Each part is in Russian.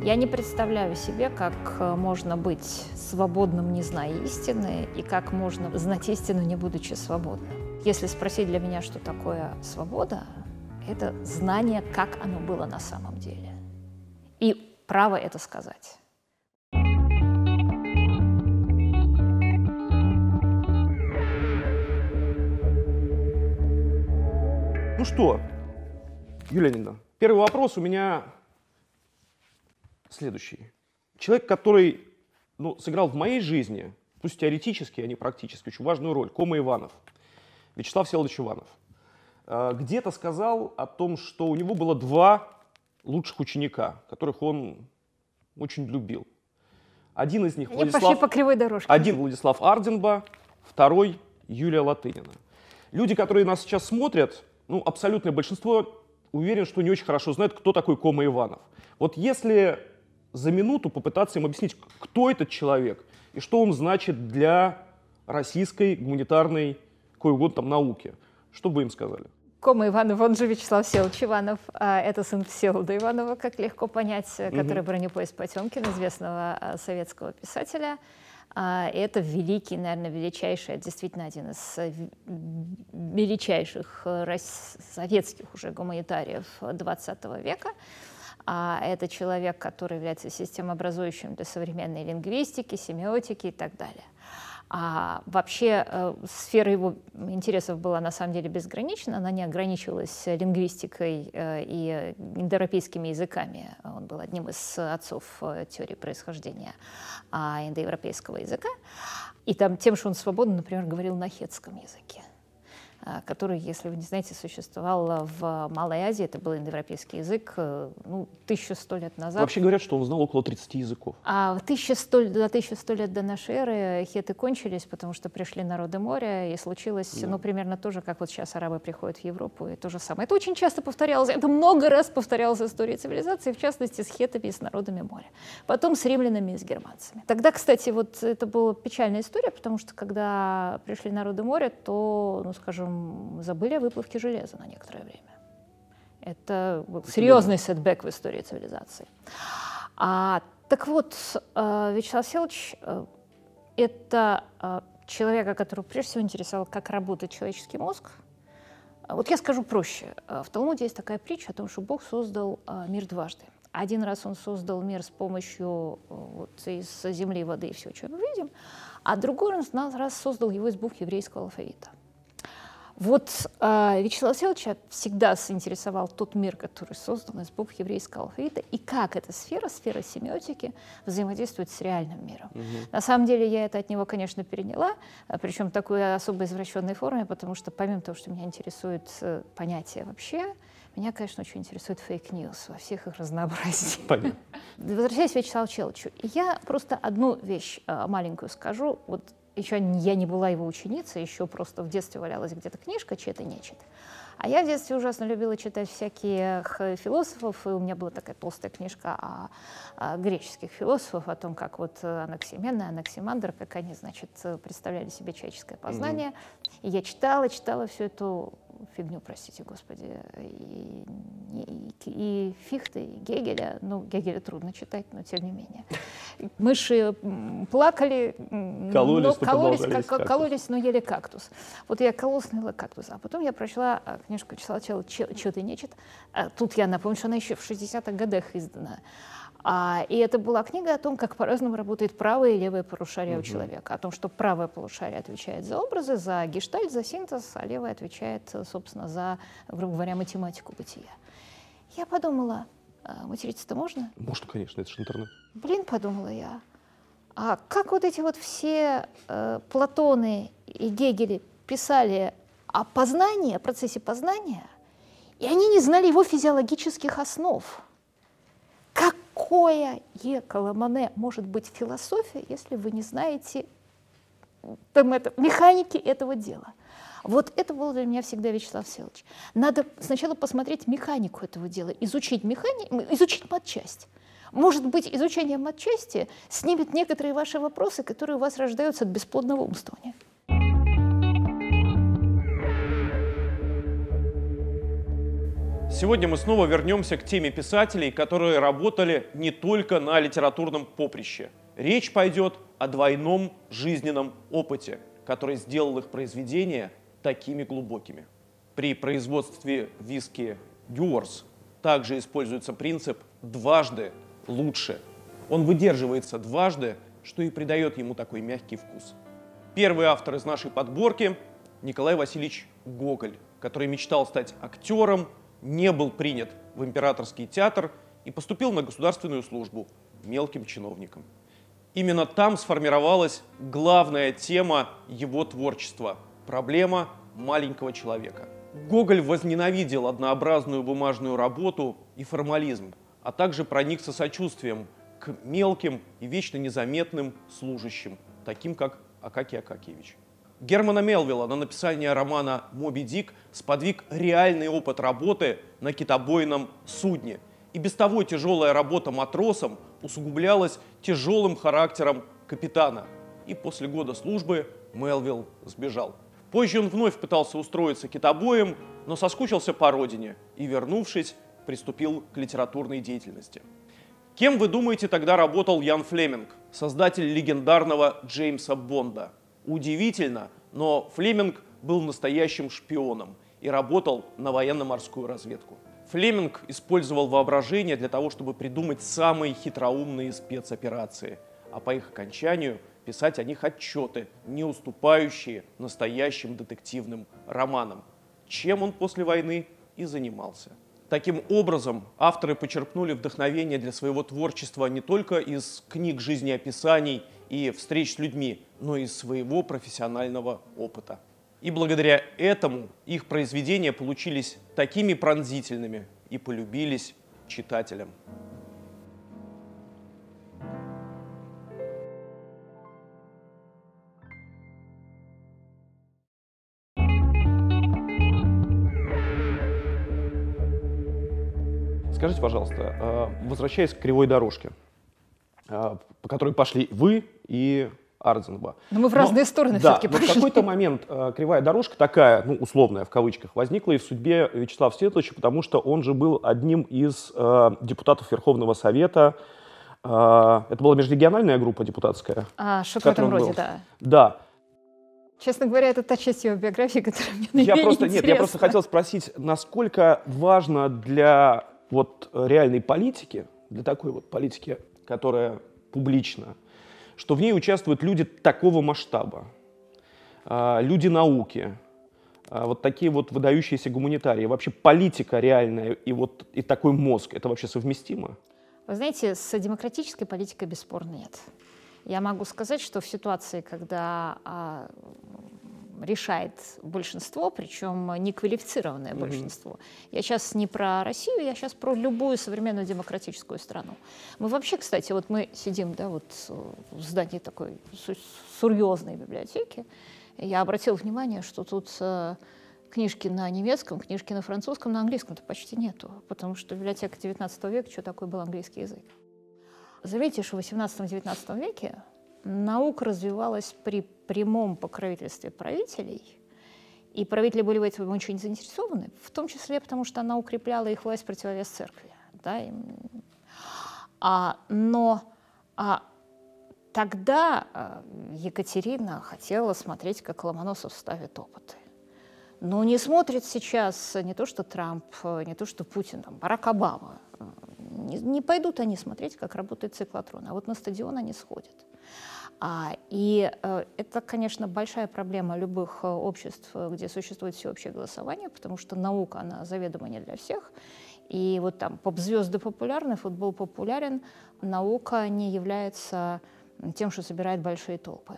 Я не представляю себе, как можно быть свободным, не зная истины, и как можно знать истину, не будучи свободным. Если спросить для меня, что такое свобода, это знание, как оно было на самом деле. И право это сказать. Ну что, Юлия Леонидовна, первый вопрос у меня следующий. Человек, который сыграл в моей жизни, пусть теоретически, а не практически, очень важную роль, Кома Иванов, Вячеслав Всеволодович Иванов, где-то сказал о том, что у него было два лучших ученика, которых он очень любил. Один из них пошли по кривой дорожке. Один Владислав Арденба, второй Юлия Латынина. Люди, которые нас сейчас смотрят, абсолютное большинство, уверен, что не очень хорошо знают, кто такой Кома Иванов. Вот если за минуту попытаться им объяснить, кто этот человек и что он значит для российской гуманитарной какой угодно там науки, что бы вы им сказали? Кома Иванов, он же Вячеслав Всеволодович Иванов, это сын Всеволода Иванова, как легко понять, который «Бронепоезд Потемкин», известного советского писателя. Это великий, наверное, величайший, действительно один из величайших советских уже гуманитариев XX века. Это человек, который является системообразующим для современной лингвистики, семиотики и так далее. Вообще сфера его интересов была на самом деле безгранична, она не ограничивалась лингвистикой и индоевропейскими языками. Он был одним из отцов теории происхождения индоевропейского языка. И тем, что он свободно, например, говорил на хеттском языке, который, если вы не знаете, существовал в Малой Азии. Это был индоевропейский язык 1100 лет назад. Вообще говорят, что он знал около 30 языков. За 1100 лет до нашей эры хетты кончились, потому что пришли народы моря, и случилось примерно то же, как вот сейчас арабы приходят в Европу, и то же самое. Это очень часто повторялось, это много раз повторялось в истории цивилизации, в частности с хеттами и с народами моря. Потом с римлянами и с германцами. Тогда, кстати, вот это была печальная история, потому что когда пришли народы моря, то, скажем, забыли о выплавке железа на некоторое время. Это серьезный сетбэк в истории цивилизации. Так вот, Вячеслав Всеволодович — это человек, которого прежде всего интересовал, как работает человеческий мозг. Вот я скажу проще. В Талмуде есть такая притча о том, что Бог создал мир дважды. Один раз он создал мир с помощью из земли, воды и всего, что мы видим, а другой раз создал его из букв еврейского алфавита. Вот Вячеслава Всеволодовича всегда заинтересовал тот мир, который создан из букв еврейского алфавита, и как эта сфера семиотики, взаимодействует с реальным миром. На самом деле я это от него, конечно, переняла, причем в такой особо извращенной форме, потому что помимо того, что меня интересует понятие вообще, меня, конечно, очень интересует фейк-ньюс во всех их разнообразии. Понятно. Возвращаясь к Вячеславу Всеволодовичу, я просто одну вещь маленькую скажу. Вот еще я не была его ученицей, еще просто в детстве валялась где-то книжка «Чет и нечет». А я в детстве ужасно любила читать всяких философов, и у меня была такая толстая книжка о греческих философах, о том, как вот Анаксимен и Анаксимандр, как они, значит, представляли себе человеческое познание. И я читала всю эту фигню, простите, Господи, и Фихте, и Гегеля. Гегеля трудно читать, но тем не менее. Мыши плакали, кололись, но ели кактус. Вот я кололась, но ела кактус. А потом я прочла книжку Вячеслава «Чет и нечет». Тут я напомню, что она еще в 60-х годах издана. И это была книга о том, как по-разному работает правое и левое полушарие у человека. О том, что правое полушарие отвечает за образы, за гештальт, за синтез, а левое отвечает, собственно, за, грубо говоря, математику бытия. Я подумала, материться-то можно? Можно, конечно, это же интернет. Подумала я, а как вот эти вот все Платоны и Гегели писали о познании, о процессе познания, и они не знали его физиологических основ. Какое Коломане может быть философия, если вы не знаете механики этого дела? Вот это было для меня всегда Вячеслав Всеволодович. Надо сначала посмотреть механику этого дела, изучить матчасть. Может быть, изучение матчасти снимет некоторые ваши вопросы, которые у вас рождаются от бесплодного умствования. Сегодня мы снова вернемся к теме писателей, которые работали не только на литературном поприще. Речь пойдет о двойном жизненном опыте, который сделал их произведения такими глубокими. При производстве виски Дюарс также используется принцип «дважды лучше». Он выдерживается дважды, что и придает ему такой мягкий вкус. Первый автор из нашей подборки – Николай Васильевич Гоголь, который мечтал стать актером, не был принят в императорский театр и поступил на государственную службу мелким чиновником. Именно там сформировалась главная тема его творчества – проблема маленького человека. Гоголь возненавидел однообразную бумажную работу и формализм, а также проникся сочувствием к мелким и вечно незаметным служащим, таким как Акакий Акакиевич. Германа Мелвилла на написание романа «Моби Дик» сподвиг реальный опыт работы на китобойном судне. И без того тяжелая работа матросом усугублялась тяжелым характером капитана. И после года службы Мелвилл сбежал. Позже он вновь пытался устроиться китобоем, но соскучился по родине и, вернувшись, приступил к литературной деятельности. Кем, вы думаете, тогда работал Ян Флеминг, создатель легендарного Джеймса Бонда? Удивительно, но Флеминг был настоящим шпионом и работал на военно-морскую разведку. Флеминг использовал воображение для того, чтобы придумать самые хитроумные спецоперации, а по их окончанию писать о них отчеты, не уступающие настоящим детективным романам, чем он после войны и занимался. Таким образом, авторы почерпнули вдохновение для своего творчества не только из книг жизнеописаний и встреч с людьми, но и из своего профессионального опыта. И благодаря этому их произведения получились такими пронзительными и полюбились читателям. Скажите, пожалуйста, возвращаясь к кривой дорожке, по которой пошли вы и Арзенба. Но мы в разные стороны все-таки пошли. В какой-то момент кривая дорожка такая, ну, условная в кавычках, возникла и в судьбе Вячеслава Всеволодовича, потому что он же был одним из депутатов Верховного Совета. Это была межрегиональная группа депутатская? Что-то в этом роде, да. Да. Честно говоря, это та часть его биографии, которая мне наименее интересна. Я просто хотел спросить, насколько важно для реальной политики, для такой вот политики, которая публична, что в ней участвуют люди такого масштаба, люди науки, вот такие вот выдающиеся гуманитарии. Вообще политика реальная и такой мозг, это вообще совместимо? Вы знаете, с демократической политикой бесспорно нет. Я могу сказать, что в ситуации, когда решает большинство, причем неквалифицированное большинство. Я сейчас не про Россию, я сейчас про любую современную демократическую страну. Мы вообще, кстати, вот мы сидим, да, вот в здании такой серьезной библиотеки. Я обратила внимание, что тут книжки на немецком, книжки на французском, на английском-то почти нету, потому что библиотека 19 века, что такое был английский язык. Заметьте, что в 18-19 веке наука развивалась при прямом покровительстве правителей, и правители были в этом очень заинтересованы, в том числе потому, что она укрепляла их власть в противовес церкви. Да? Но тогда Екатерина хотела смотреть, как Ломоносов ставит опыты. Но не смотрит сейчас не то что Трамп, не то что Путин, Барак Обама. Не пойдут они смотреть, как работает циклотрон, а вот на стадион они сходят. И это, конечно, большая проблема любых обществ, где существует всеобщее голосование, потому что наука, она заведомо не для всех. И вот там поп-звезды популярны, футбол популярен, наука не является тем, что собирает большие толпы.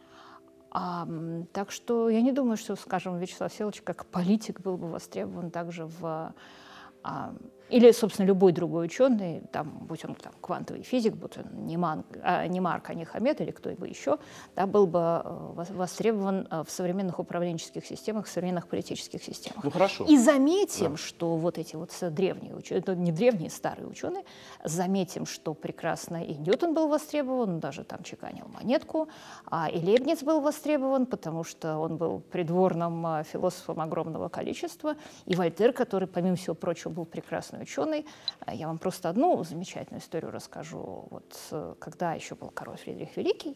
Так что я не думаю, что, скажем, Вячеслав Всеволодович как политик был бы востребован также в Или, собственно, любой другой ученый, там, будь он там, квантовый физик, будь он не Марк, а не Хамед или кто-либо еще, да, был бы востребован в современных управленческих системах, в современных политических системах. Ну, хорошо. И заметим, что вот эти вот древние ученые, это не древние, старые ученые, заметим, что прекрасно и Ньютон был востребован, даже там чеканил монетку, и Лейбниц был востребован, потому что он был придворным философом огромного количества, и Вольтер, который, помимо всего прочего, был прекрасный ученый. Я вам просто одну замечательную историю расскажу. Вот когда еще был король Фридрих Великий,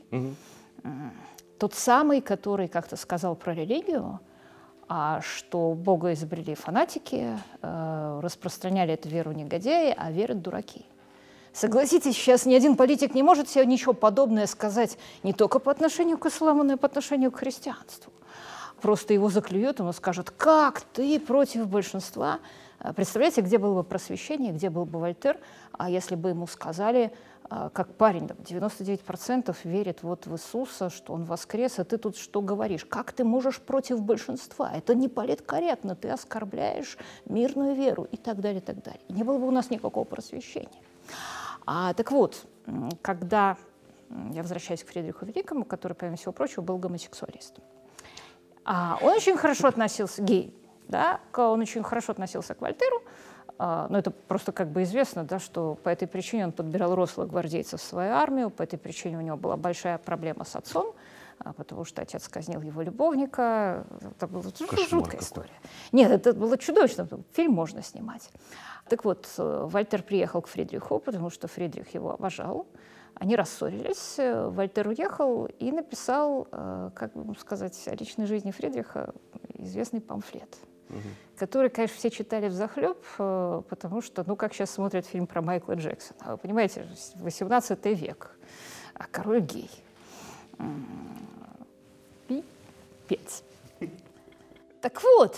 тот самый, который как-то сказал про религию, что Бога изобрели фанатики, распространяли эту веру негодяи, а верят дураки. Согласитесь, сейчас ни один политик не может себе ничего подобное сказать не только по отношению к исламу, но и по отношению к христианству. Просто его заклюют, он скажет: как ты против большинства? Представляете, где было бы просвещение, где был бы Вольтер, если бы ему сказали, как парень, 99% верит вот в Иисуса, что Он воскрес, а ты тут что говоришь? Как ты можешь против большинства? Это не политкорректно, ты оскорбляешь мирную веру и так далее, и так далее. И не было бы у нас никакого просвещения. Так вот, когда я возвращаюсь к Фридриху Великому, который, помимо всего прочего, был гомосексуалистом, он очень хорошо относился, гей, да, он очень хорошо относился к Вольтеру, но это просто как бы известно, да, что по этой причине он подбирал рослых гвардейцев в свою армию, по этой причине у него была большая проблема с отцом, потому что отец казнил его любовника. Это была жуткая история. Нет, это было чудовищно, фильм можно снимать. Так вот, Вольтер приехал к Фридриху, потому что Фридрих его обожал. Они рассорились, Вольтер уехал и написал, как бы сказать, о личной жизни Фридриха известный памфлет, который, конечно, все читали взахлеб, потому что, ну, как сейчас смотрят фильм про Майкла Джексона. Вы понимаете, 18 век, а король гей. Пипец. Так вот,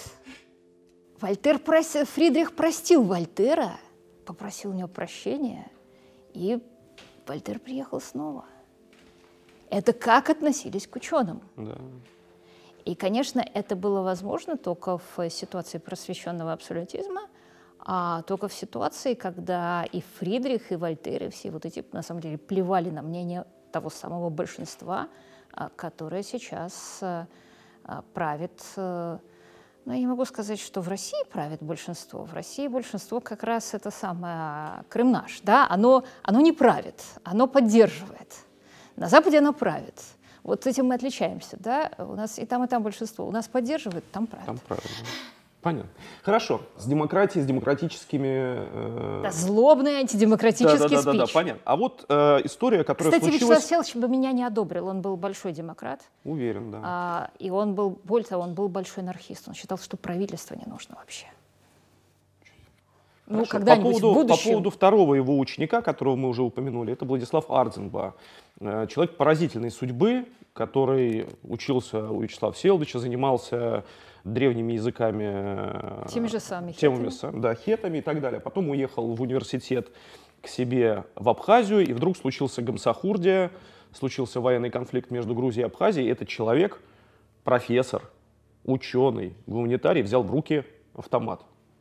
Фридрих простил Вольтера, попросил у него прощения, и Вольтер приехал снова. Это как относились к ученым. Да. И, конечно, это было возможно только в ситуации просвещенного абсолютизма, только в ситуации, когда и Фридрих, и Вольтер, и все вот эти, на самом деле, плевали на мнение того самого большинства, которое сейчас правит. Но я не могу сказать, что в России правит большинство. В России большинство как раз это самое Крым наш. Да? Оно не правит, оно поддерживает. На Западе оно правит. Вот этим мы отличаемся. Да? У нас и там большинство. У нас поддерживает, там правит. Там правит. Понятно. Хорошо. С демократией, с демократическими... Да, злобный антидемократический спич. Да, понятно. А вот история, которая Кстати, случилась... Вячеслав Всеволодович бы меня не одобрил. Он был большой демократ. Уверен, да. И он был, более того, он был большой анархист. Он считал, что правительство не нужно вообще. Хорошо. Ну, когда-нибудь в будущем... По поводу второго его ученика, которого мы уже упомянули, это Владислав Ардзенба. Человек поразительной судьбы, который учился у Вячеслава Всеволодовича, занимался древними языками, теми же самыми хетами и так далее. Потом уехал в университет к себе в Абхазию, и вдруг случился Гамсахурдия, случился военный конфликт между Грузией и Абхазией. Этот человек, профессор, ученый, гуманитарий, взял в руки автомат.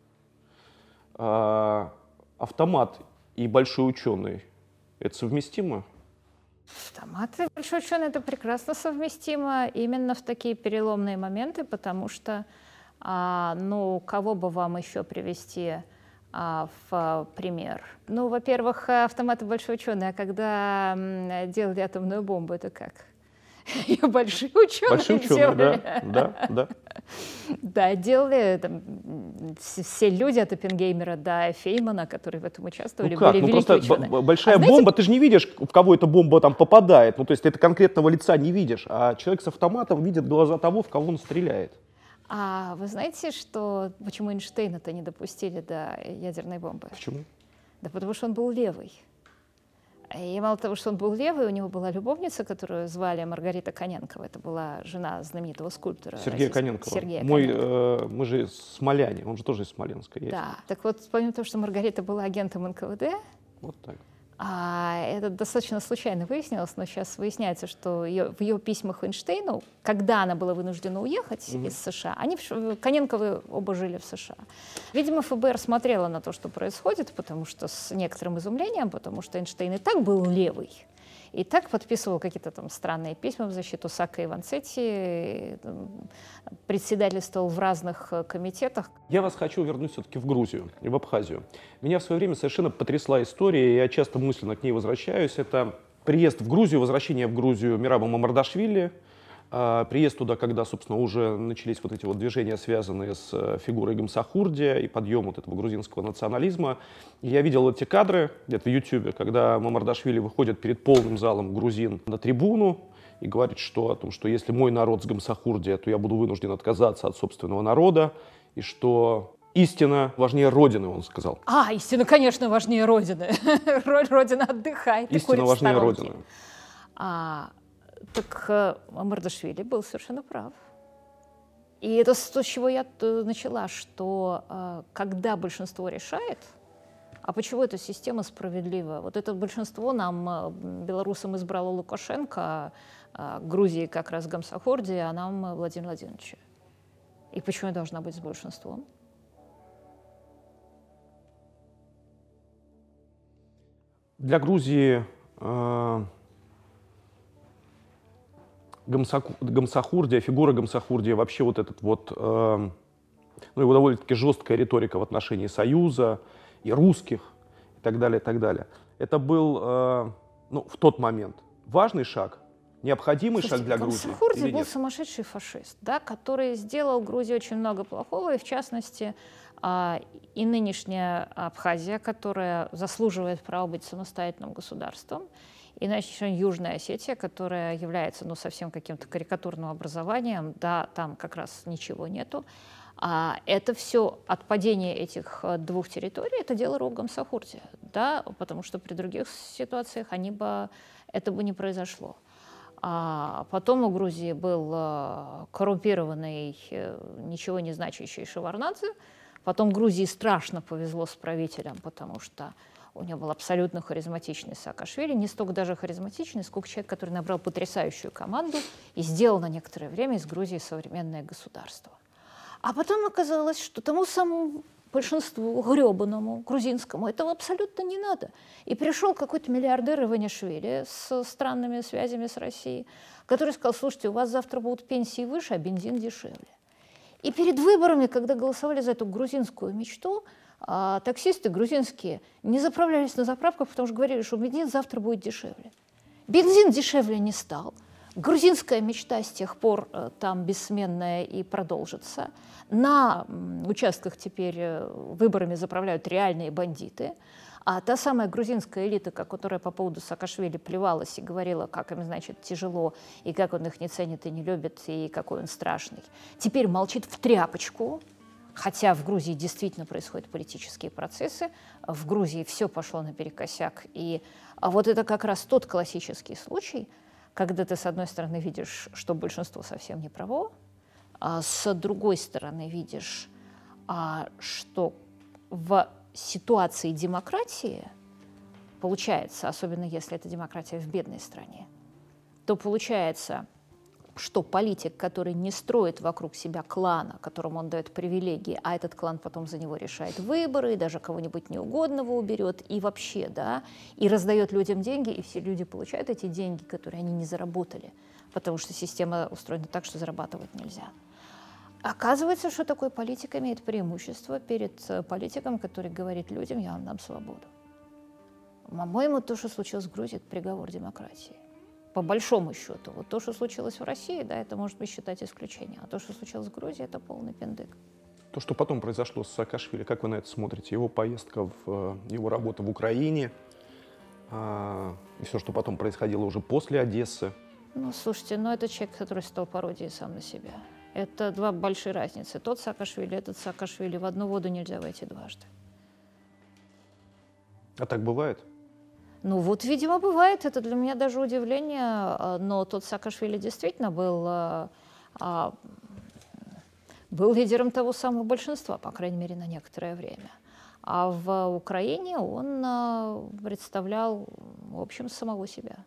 Автомат и большой ученый — это совместимо? Автомат и большой ученый — это прекрасно совместимо именно в такие переломные моменты, потому что, кого бы вам еще привести в пример? Ну, во-первых, автомат и большой ученый, а когда делали атомную бомбу, это как? Ее большие ученые делали. Да. Да, делали все люди от Оппенгеймера до Феймана, которые в этом участвовали, были великие ученые. Большая бомба, ты же не видишь, в кого эта бомба там попадает. Ну, то есть ты конкретного лица не видишь, а человек с автоматом видит глаза того, в кого он стреляет. А вы знаете, почему Эйнштейна-то не допустили до ядерной бомбы? Почему? Да потому что он был левый. И мало того, что он был левый, у него была любовница, которую звали Маргарита Коненкова. Это была жена знаменитого скульптора Сергея Коненкова. Коненкова. Мы же смоляне, он же тоже из Смоленска. Да, так вот, помимо того, что Маргарита была агентом НКВД, вот так. Это достаточно случайно выяснилось, но сейчас выясняется, что в ее письмах Эйнштейну, когда она была вынуждена уехать из США, Коненковы оба жили в США. Видимо, ФБР смотрела на то, что происходит, потому что с некоторым изумлением, потому что Эйнштейн и так был левый, и так подписывал какие-то там странные письма в защиту Сака и Ванцетти, председательствовал в разных комитетах. Я вас хочу вернуть все-таки в Грузию и в Абхазию. Меня в свое время совершенно потрясла история, и я часто мысленно к ней возвращаюсь. Это приезд в Грузию, возвращение в Грузию Мераба Мамардашвили, приезд туда, когда, собственно, уже начались вот эти вот движения, связанные с фигурой Гамсахурдия и подъем вот этого грузинского национализма. И я видел эти кадры где-то в Ютьюбе, когда Мамардашвили выходит перед полным залом грузин на трибуну и говорит о том, что если мой народ с Гамсахурдия, то я буду вынужден отказаться от собственного народа, и что истина важнее Родины, он сказал. Истина, конечно, важнее Родины. Родина отдыхает и курит в сторонке. Истина важнее Родины. Так Мамардашвили был совершенно прав. И это то, с чего я начала, что когда большинство решает, почему эта система справедлива? Вот это большинство нам, белорусам, избрало Лукашенко, Грузии как раз Гамсахурдия, а нам Владимира Владимировича. И почему я должна быть с большинством? Для Грузии Гамсахурдия, фигура Гамсахурдия, вообще вот этот вот, его довольно-таки жесткая риторика в отношении Союза и русских и так далее, и так далее. Это был, в тот момент важный шаг, необходимый шаг для Грузии. Гамсахурдия был сумасшедший фашист, да, который сделал Грузии очень много плохого, и в частности и нынешняя Абхазия, которая заслуживает права быть самостоятельным государством, и Южная Осетия, которая является совсем каким-то карикатурным образованием, да, там как раз ничего нету. Это все отпадение этих двух территорий, это дело рук Гамсахурдия, да, потому что при других ситуациях это бы не произошло. Потом у Грузии был коррумпированный, ничего не значащий Шеварднадзе. Потом Грузии страшно повезло с правителем, потому что у него был абсолютно харизматичный Саакашвили, не столько даже харизматичный, сколько человек, который набрал потрясающую команду и сделал на некоторое время из Грузии современное государство. А потом оказалось, что тому самому большинству гребаному грузинскому этого абсолютно не надо. И пришел какой-то миллиардер Иванишвили с странными связями с Россией, который сказал: слушайте, у вас завтра будут пенсии выше, а бензин дешевле. И перед выборами, когда голосовали за эту грузинскую мечту, таксисты грузинские не заправлялись на заправках, потому что говорили, что бензин завтра будет дешевле. Бензин дешевле не стал. Грузинская мечта с тех пор там бессменная и продолжится. На участках теперь выборами заправляют реальные бандиты. А та самая грузинская элита, которая по поводу Саакашвили плевалась и говорила, как им, тяжело, и как он их не ценит и не любит, и какой он страшный, теперь молчит в тряпочку. Хотя в Грузии действительно происходят политические процессы, в Грузии все пошло наперекосяк. И вот это как раз тот классический случай, когда ты, с одной стороны, видишь, что большинство совсем не право, а с другой стороны, видишь, что в ситуации демократии получается, особенно если это демократия в бедной стране, то получается, что политик, который не строит вокруг себя клана, которому он дает привилегии, а этот клан потом за него решает выборы, и даже кого-нибудь неугодного уберет, и вообще, да, и раздает людям деньги, и все люди получают эти деньги, которые они не заработали, потому что система устроена так, что зарабатывать нельзя. Оказывается, что такой политик имеет преимущество перед политиком, который говорит людям: я вам дам свободу. По-моему, то, что случилось в Грузии, это приговор демократии. По большому счету, вот то, что случилось в России, да, это может быть считать исключением, а то, что случилось в Грузии, это полный пиндык. То, что потом произошло с Саакашвили, как вы на это смотрите? Его поездка, его работа в Украине, и все, что потом происходило уже после Одессы? Слушайте, это человек, который стал пародией сам на себя. Это два большие разницы. Тот Саакашвили, этот Саакашвили. В одну воду нельзя войти дважды. А так бывает? Видимо, бывает. Это для меня даже удивление. Но тот Саакашвили действительно был лидером того самого большинства, по крайней мере, на некоторое время. А в Украине он представлял, в общем, самого себя.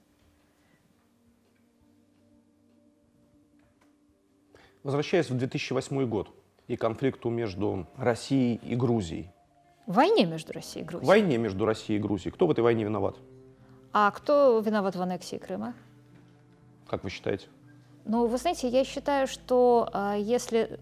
Возвращаясь в 2008 год и конфликту между Россией и Грузией. В войне между Россией и Грузией. В войне между Россией и Грузией. Кто в этой войне виноват? А кто виноват в аннексии Крыма? Как вы считаете? Ну, вы знаете, я считаю, что если...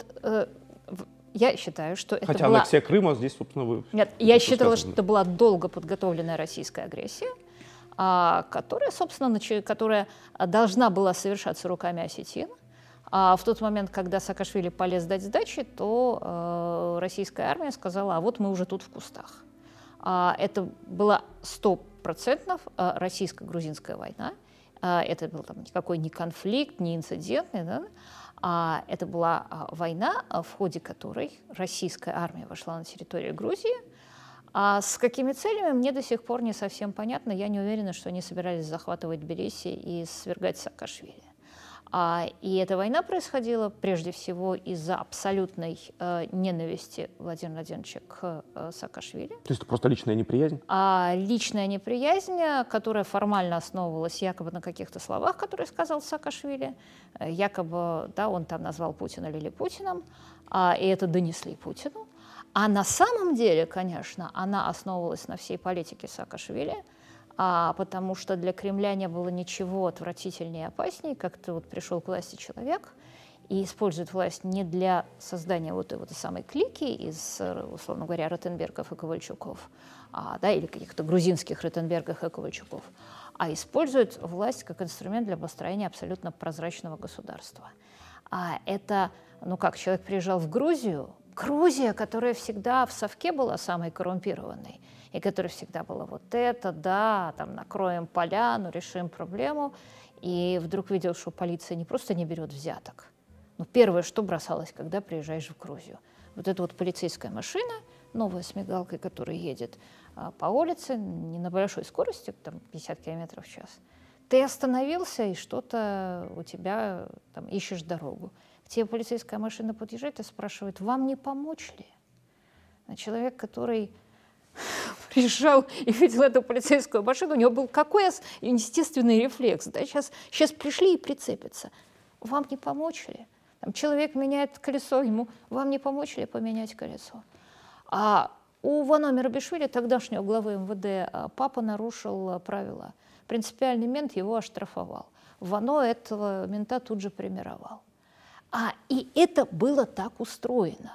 я считаю, что это Хотя была... аннексия Крыма здесь, собственно, вы... Нет, я считала, что это была долго подготовленная российская агрессия, которая, собственно, которая должна была совершаться руками осетин. А в тот момент, когда Саакашвили полез дать сдачи, то российская армия сказала: а вот мы уже тут в кустах. Это была 100% российско-грузинская война. Это был там никакой не конфликт, не инцидентный. Да? Это была война, в ходе которой российская армия вошла на территорию Грузии. А с какими целями, мне до сих пор не совсем понятно. Я не уверена, что они собирались захватывать Тбилиси и свергать Саакашвили. И эта война происходила прежде всего из-за абсолютной ненависти Владимира Владимировича к Саакашвили. То есть это просто личная неприязнь? Личная неприязнь, которая формально основывалась якобы на каких-то словах, которые сказал Саакашвили. Якобы, да, он там назвал Путина Лилипутиным, и это донесли Путину. А на самом деле, конечно, она основывалась на всей политике Саакашвили, потому что для Кремля не было ничего отвратительнее и опаснее, как ты вот пришел к власти человек и использует власть не для создания вот этой самой клики из, условно говоря, Ротенбергов и Ковальчуков, да, или каких-то грузинских Ротенбергов и Ковальчуков, а использует власть как инструмент для построения абсолютно прозрачного государства. Это, ну как, человек приезжал в Грузию, Грузия, которая всегда в совке была самой коррумпированной, и которая всегда была вот это, да, там накроем поляну, решим проблему, и вдруг видел, что полиция не просто не берет взяток, но первое, что бросалось, когда приезжаешь в Грузию. Вот эта вот полицейская машина, новая с мигалкой, которая едет по улице, не на большой скорости, там 50 км в час, ты остановился, и что-то у тебя, там, ищешь дорогу. К тебе полицейская машина подъезжает и спрашивает: вам не помочь ли? А человек, который приезжал и видел эту полицейскую машину, у него был какой естественный рефлекс. Да? Сейчас пришли и прицепятся. Вам не помочь ли? Там человек меняет колесо, ему: вам не помочь ли поменять колесо? А у Вано Мерабишвили, тогдашнего главы МВД, папа нарушил правила. Принципиальный мент его оштрафовал. Вано этого мента тут же премировал. И это было так устроено.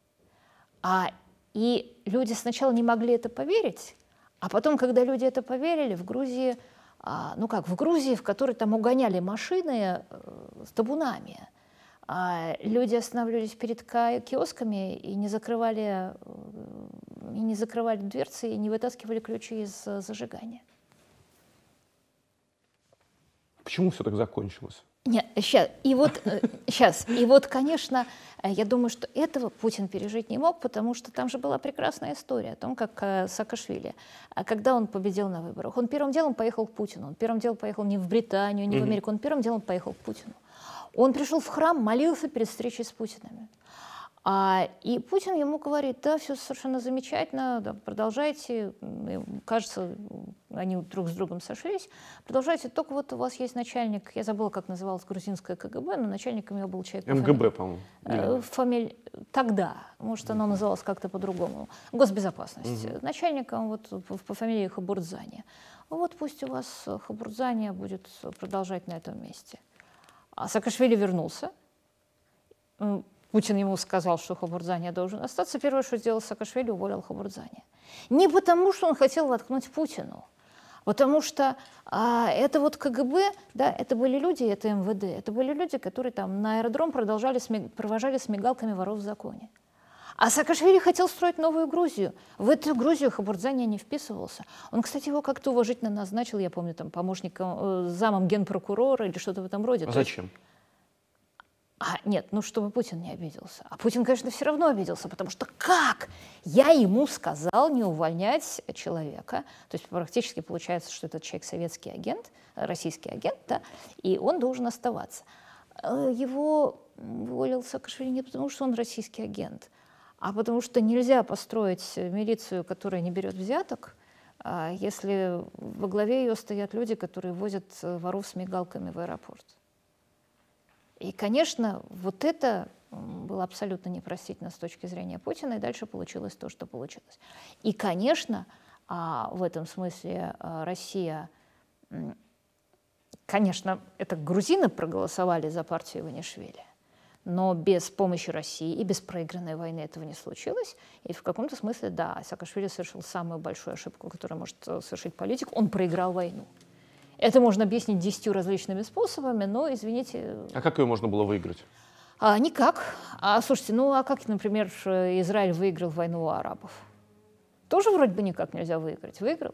И люди сначала не могли это поверить, а потом, когда люди это поверили, в Грузии, в Грузии, в которой там угоняли машины с табунами, люди останавливались перед киосками и не закрывали дверцы, и не вытаскивали ключи из зажигания. Почему все так закончилось? Нет, сейчас. И вот, конечно, я думаю, что этого Путин пережить не мог, потому что там же была прекрасная история о том, как Саакашвили, когда он победил на выборах, он первым делом поехал к Путину, он первым делом поехал не в Британию, не в Америку, он первым делом поехал к Путину. Он пришел в храм, молился перед встречей с Путиным. И Путин ему говорит: да, все совершенно замечательно, да, продолжайте, кажется, они друг с другом сошлись, продолжайте, только вот у вас есть начальник, я забыла, как называлось грузинское КГБ, но начальником его был человек... МГБ, по-моему. Тогда, может, оно называлось как-то по-другому, госбезопасность. Начальником вот по фамилии Хабурдзани. Вот пусть у вас Хабурдзани будет продолжать на этом месте. А Саакашвили вернулся. Путин ему сказал, что Хабурдзани должен остаться. Первое, что сделал Саакашвили, уволил Хабурдзани. Не потому, что он хотел воткнуть Путину, потому что это вот КГБ, да, это были люди, это МВД, это были люди, которые там на аэродром провожали с мигалками воров в законе. А Саакашвили хотел строить новую Грузию. В эту Грузию Хабурдзани не вписывался. Он, кстати, его как-то уважительно назначил, я помню, там, помощником, замом генпрокурора или что-то в этом роде. А зачем? Нет, чтобы Путин не обиделся. А Путин, конечно, все равно обиделся, потому что как? Я ему сказал не увольнять человека. То есть практически получается, что этот человек советский агент, российский агент, да, и он должен оставаться. Его уволил Саакашвили не потому, что он российский агент, А потому что нельзя построить милицию, которая не берет взяток, если во главе ее стоят люди, которые возят воров с мигалками в аэропорт. И, конечно, вот это было абсолютно непростительно с точки зрения Путина, и дальше получилось то, что получилось. И, конечно, в этом смысле Россия, конечно, это грузины проголосовали за партию Иванишвили, но без помощи России и без проигранной войны этого не случилось. И в каком-то смысле, да, Саакашвили совершил самую большую ошибку, которую может совершить политик. Он проиграл войну. Это можно объяснить 10 различными способами, но, извините... А как ее можно было выиграть? Никак. Слушайте, как, например, Израиль выиграл войну у арабов? Тоже вроде бы никак нельзя выиграть. Выиграл.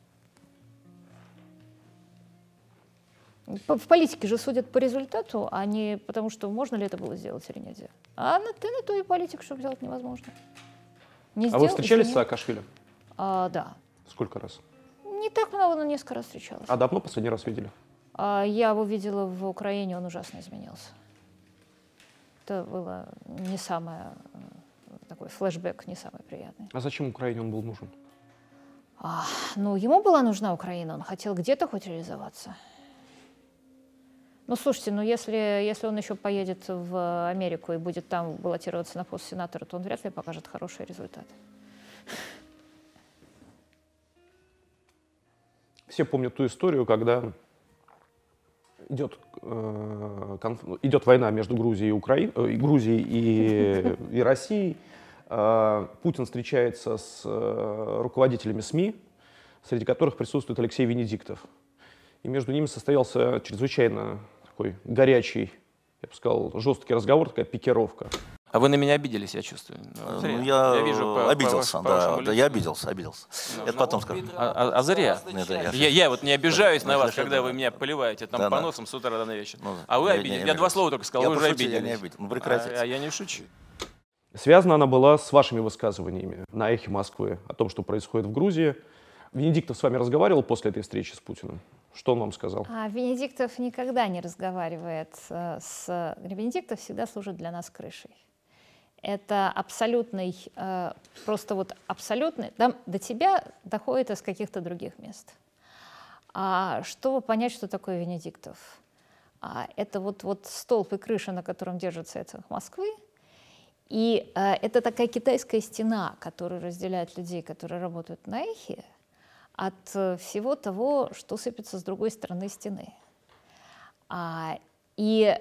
В политике же судят по результату, а не потому, что можно ли это было сделать или нельзя. Ты на то и политик, что сделать невозможно. Вы встречались с Саакашвили? Да. Сколько раз? Не так много, но несколько раз встречалась. А давно последний раз видели? Я его видела в Украине, он ужасно изменился. Это было не самое, такой флешбэк, не самый приятный. А зачем Украине он был нужен? Ему была нужна Украина, он хотел где-то хоть реализоваться. Слушайте, если он еще поедет в Америку и будет там баллотироваться на пост сенатора, то он вряд ли покажет хороший результат. Все помнят ту историю, когда идет война между Грузией и Россией. Путин встречается с руководителями СМИ, среди которых присутствует Алексей Венедиктов. И между ними состоялся чрезвычайно такой горячий, я бы сказал, жесткий разговор, такая пикировка. А вы на меня обиделись, я чувствую. Я вижу обиделся, я обиделся. Это потом скажу. А зря. Я вот не обижаюсь на вас, когда вы меня поливаете там по носам с утра до вечера. А вы обиделись. Я 2 слова только сказал, вы уже обиделись. Я не обидел. Прекратите. А я не шучу. Связана она была с вашими высказываниями на «Эхе Москвы» о том, что происходит в Грузии. Венедиктов с вами разговаривал после этой встречи с Путиным? Что он вам сказал? Венедиктов никогда не разговаривает Венедиктов всегда служит для нас крышей. Это абсолютный, просто вот абсолютный, до тебя доходит из каких-то других мест. Чтобы понять, что такое Венедиктов, это вот столб и крыша, на котором держится «Эхо Москвы», и это такая китайская стена, которая разделяет людей, которые работают на «Эхе», от всего того, что сыпется с другой стороны стены. И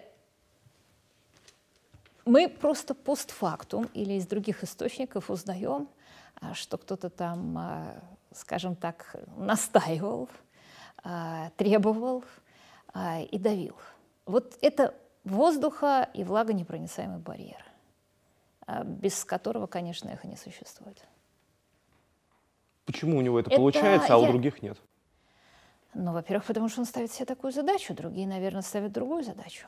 мы просто постфактум или из других источников узнаем, что кто-то там, скажем так, настаивал, требовал и давил. Вот это воздуха и влагонепроницаемый барьер, без которого, конечно, эхо не существует. Почему у него это получается, а у других нет? Во-первых, потому что он ставит себе такую задачу, другие, наверное, ставят другую задачу.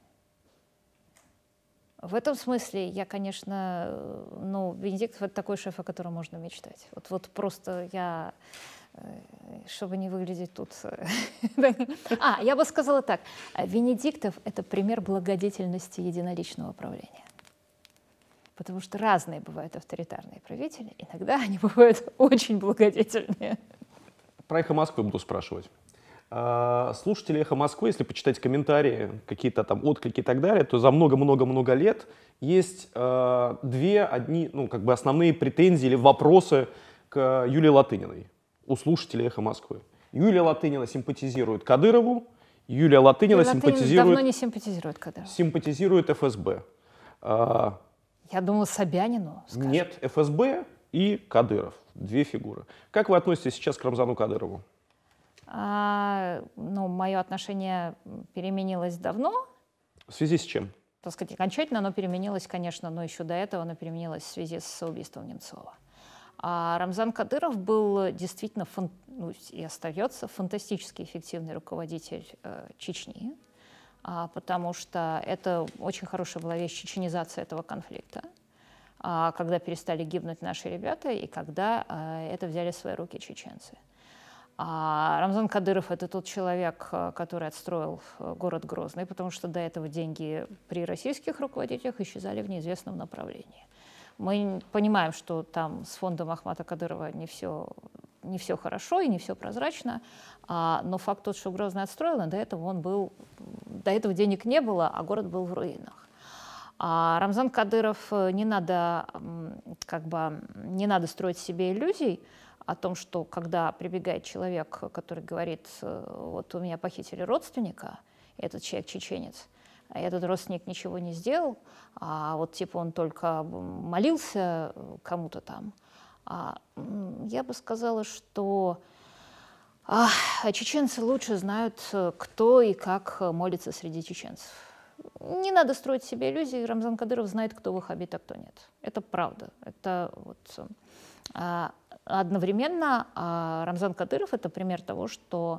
В этом смысле я, конечно, Венедиктов — это такой шеф, о котором можно мечтать. Вот просто я, чтобы не выглядеть тут... Я бы сказала так. Венедиктов — это пример благодетельности единоличного правления. Потому что разные бывают авторитарные правители, иногда они бывают очень благодетельные. Про «Эхо Москвы» буду спрашивать. Слушатели «Эхо Москвы», если почитать комментарии, какие-то там отклики и так далее, то за много-много-много лет есть основные претензии или вопросы к Юлии Латыниной у слушателей «Эхо Москвы». Юлия Латынина симпатизирует Кадырову, Юлия Латынина давно не симпатизирует Кадырову. Симпатизирует ФСБ. Я думала, Собянину скажет. Нет, ФСБ и Кадыров. 2 фигуры. Как вы относитесь сейчас к Рамзану Кадырову? Мое отношение переменилось давно. В связи с чем? Так сказать, окончательно оно переменилось, конечно, но еще до этого оно переменилось в связи с убийством Немцова. Рамзан Кадыров был действительно и остается фантастически эффективный руководитель Чечни, потому что это очень хорошая была вещь — чеченизация этого конфликта, когда перестали гибнуть наши ребята и когда это взяли в свои руки чеченцы. Рамзан Кадыров — это тот человек, который отстроил город Грозный, потому что до этого деньги при российских руководителях исчезали в неизвестном направлении. Мы понимаем, что там с фондом Ахмата Кадырова не все хорошо и не все прозрачно, но факт тот, что Грозный отстроен, до этого денег не было, а город был в руинах. А Рамзан Кадыров не надо строить себе иллюзий о том, что когда прибегает человек, который говорит, вот у меня похитили родственника, этот человек чеченец, а этот родственник ничего не сделал, а вот типа он только молился кому-то там. Я бы сказала, что чеченцы лучше знают, кто и как молится среди чеченцев. Не надо строить себе иллюзии. Рамзан Кадыров знает, кто ваххабит, а кто нет. Это правда. Это вот, одновременно Рамзан Кадыров — это пример того, что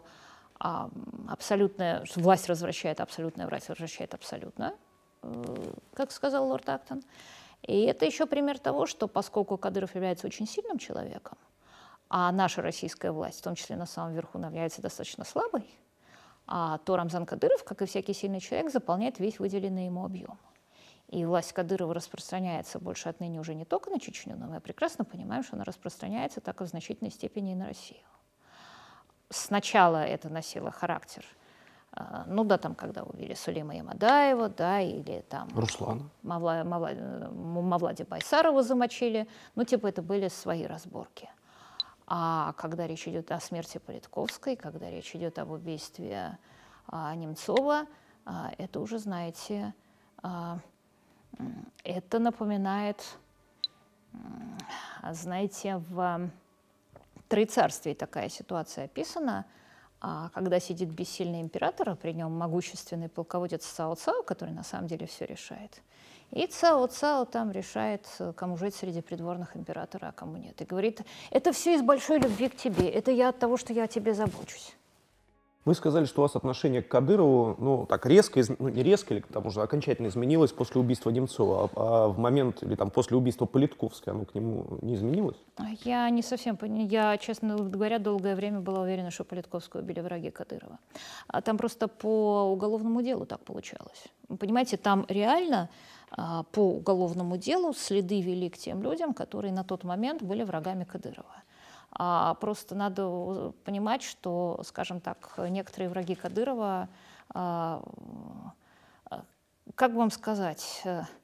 власть возвращает абсолютное, власть возвращает абсолютно, как сказал лорд Актон. И это еще пример того, что поскольку Кадыров является очень сильным человеком, а наша российская власть, в том числе на самом верху, является достаточно слабой, то Рамзан Кадыров, как и всякий сильный человек, заполняет весь выделенный ему объем. И власть Кадырова распространяется больше отныне уже не только на Чечню, но мы прекрасно понимаем, что она распространяется так и в значительной степени и на Россию. Сначала это носило характер, когда убили Сулейма Ямадаева, или там Руслана. Мавлади Байсарова замочили, это были свои разборки. А когда речь идет о смерти Политковской, когда речь идет об убийстве Немцова, это уже, знаете, это напоминает, знаете, в Троецарствии такая ситуация описана, когда сидит бессильный император, а при нем могущественный полководец Цао Цао, который на самом деле все решает. И Цао Цао там решает, кому жить среди придворных императора, а кому нет. И говорит, это все из большой любви к тебе, это я от того, что я о тебе забочусь. Вы сказали, что у вас отношение к Кадырову, так резко, не резко, или к тому же окончательно изменилось после убийства Немцова, а в момент, или там после убийства Политковской, оно к нему не изменилось? Я не совсем понимаю. Я, честно говоря, долгое время была уверена, что Политковскую убили враги Кадырова. А там просто по уголовному делу так получалось. Вы понимаете, там реально по уголовному делу следы вели к тем людям, которые на тот момент были врагами Кадырова. Просто надо понимать, что, скажем так, некоторые враги Кадырова, как вам сказать,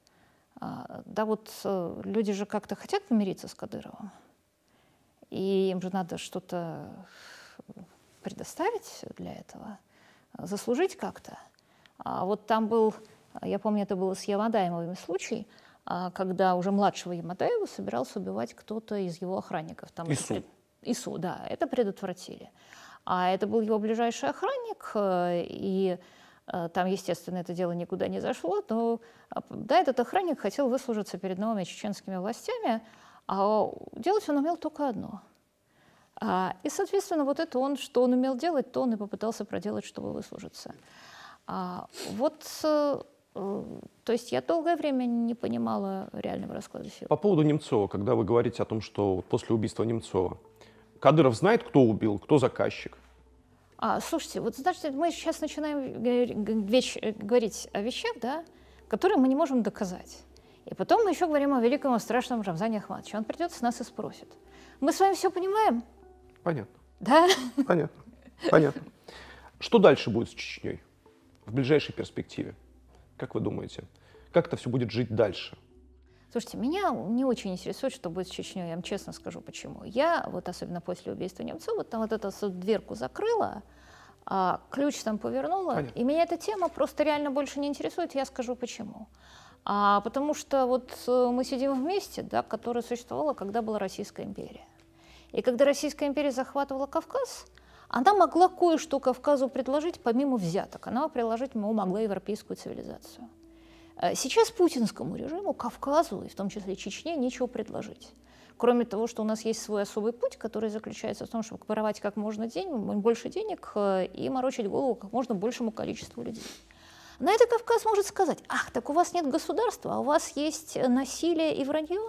люди же как-то хотят помириться с Кадыровым, и им же надо что-то предоставить для этого, заслужить как-то. Вот там был, я помню, это был с Ямадаевым случай, когда уже младшего Ямадаева собирался убивать кто-то из его охранников. Там ИСУ, да, это предотвратили. А это был его ближайший охранник, и там, естественно, это дело никуда не зашло, но этот охранник хотел выслужиться перед новыми чеченскими властями, а делать он умел только одно. И, соответственно, что он умел делать, то он и попытался проделать, чтобы выслужиться. То есть я долгое время не понимала реального расклада сил. По поводу Немцова, когда вы говорите о том, что после убийства Немцова Кадыров знает, кто убил, кто заказчик? Слушайте, значит, мы сейчас начинаем говорить о вещах, которые мы не можем доказать. И потом мы еще говорим о великом и страшном Рамзане Ахматовиче. Он придет с нас и спросит. Мы с вами все понимаем? Понятно. Да? Понятно. Что дальше будет с Чечней в ближайшей перспективе? Как вы думаете? Как это все будет жить дальше? Слушайте, меня не очень интересует, что будет с Чечней, я вам честно скажу, почему. Я, особенно после убийства Немцова, там эту дверку закрыла, ключ там повернула, Понятно. И меня эта тема просто реально больше не интересует, я скажу почему. Потому что мы сидим вместе, которое существовало, когда была Российская империя. И когда Российская империя захватывала Кавказ, она могла кое-что Кавказу предложить, помимо взяток. Она могла европейскую цивилизацию. Сейчас путинскому режиму, Кавказу, и в том числе Чечне, нечего предложить. Кроме того, что у нас есть свой особый путь, который заключается в том, чтобы воровать как можно больше денег и морочить голову как можно большему количеству людей. На это Кавказ может сказать: ах, так у вас нет государства, а у вас есть насилие и вранье?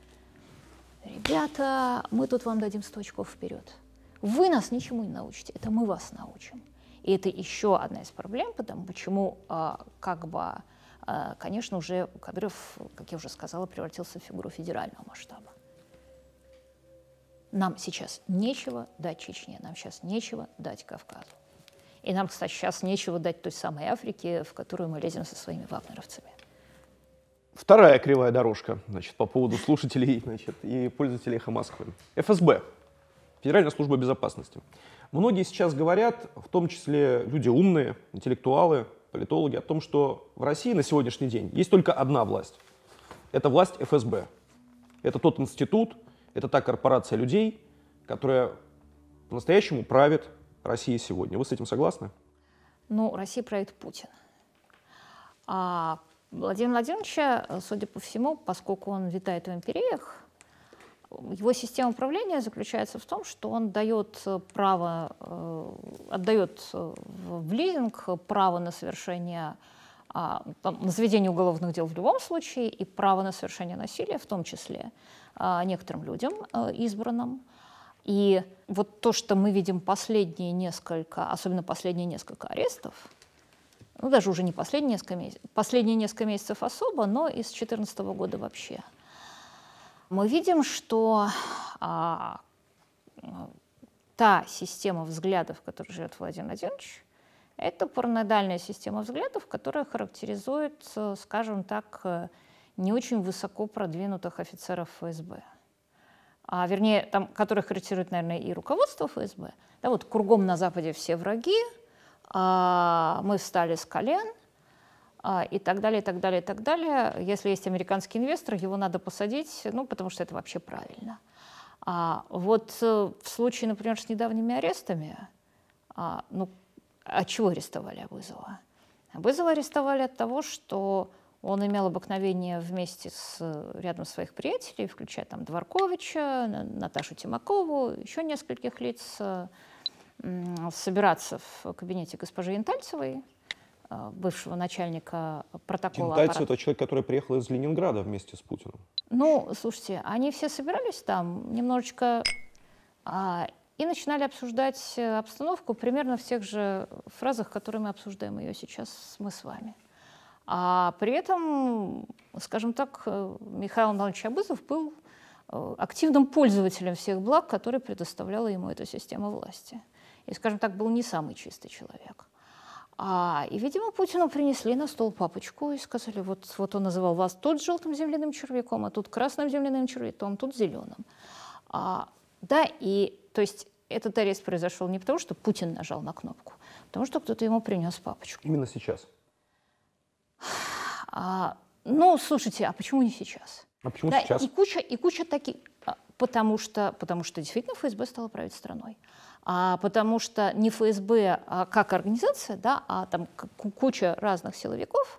Ребята, мы тут вам дадим 100 очков вперед. Вы нас ничему не научите, это мы вас научим. И это еще одна из проблем, почему конечно, уже Кадыров, как я уже сказала, превратился в фигуру федерального масштаба. Нам сейчас нечего дать Чечне, нам сейчас нечего дать Кавказу. И нам, кстати, сейчас нечего дать той самой Африке, в которую мы лезем со своими вагнеровцами. Вторая кривая дорожка, значит, по поводу слушателей, значит, и пользователей «Эхо Москвы». ФСБ, Федеральная служба безопасности. Многие сейчас говорят, в том числе люди умные, интеллектуалы, политологи, о том, что в России на сегодняшний день есть только одна власть. Это власть ФСБ. Это тот институт, это та корпорация людей, которая по-настоящему правит Россией сегодня. Вы с этим согласны? Ну, Россия правит Путин. А Владимира Владимировича, судя по всему, поскольку он витает в империях, его система управления заключается в том, что он дает право, отдает в лизинг право на совершение, на заведение уголовных дел в любом случае и право на совершение насилия, в том числе некоторым людям избранным. И вот то, что мы видим последние несколько, особенно последние несколько арестов, ну даже уже не последние несколько месяцев особо, но и с 2014 года вообще, мы видим, что та система взглядов, которой живет Владимир Владимирович, это параноидальная система взглядов, которая характеризует, скажем так, не очень высоко продвинутых офицеров ФСБ. Вернее, там, которые характеризуют, наверное, и руководство ФСБ. Да, вот кругом на Западе все враги, мы встали с колен, и так далее, и так далее, и так далее. Если есть американский инвестор, его надо посадить, ну, потому что это вообще правильно. Вот в случае, например, с недавними арестами, ну, от чего арестовали Абызова? Абызова арестовали от того, что он имел обыкновение вместе с рядом своих приятелей, включая там Дворковича, Наташу Тимакову, еще нескольких лиц, собираться в кабинете госпожи Янтальцевой, бывшего начальника протокола Янтальцев — это человек, который приехал из Ленинграда вместе с Путиным. Ну, слушайте, они все собирались там немножечко и начинали обсуждать обстановку примерно в тех же фразах, которые мы обсуждаем ее сейчас мы с вами. А при этом, скажем так, Михаил Иванович Абызов был активным пользователем всех благ, которые предоставляла ему эта система власти. И, скажем так, был не самый чистый человек. И, видимо, Путину принесли на стол папочку и сказали, вот он называл вас тут желтым земляным червяком, а тут красным земляным червяком, тут зеленым. Да, и то есть этот арест произошел не потому, что Путин нажал на кнопку, а потому что кто-то ему принес папочку. Именно сейчас? Ну, слушайте, а почему не сейчас? А почему да, сейчас? И куча таких, потому что действительно ФСБ стала править страной. Потому что не ФСБ как организация, да, а там куча разных силовиков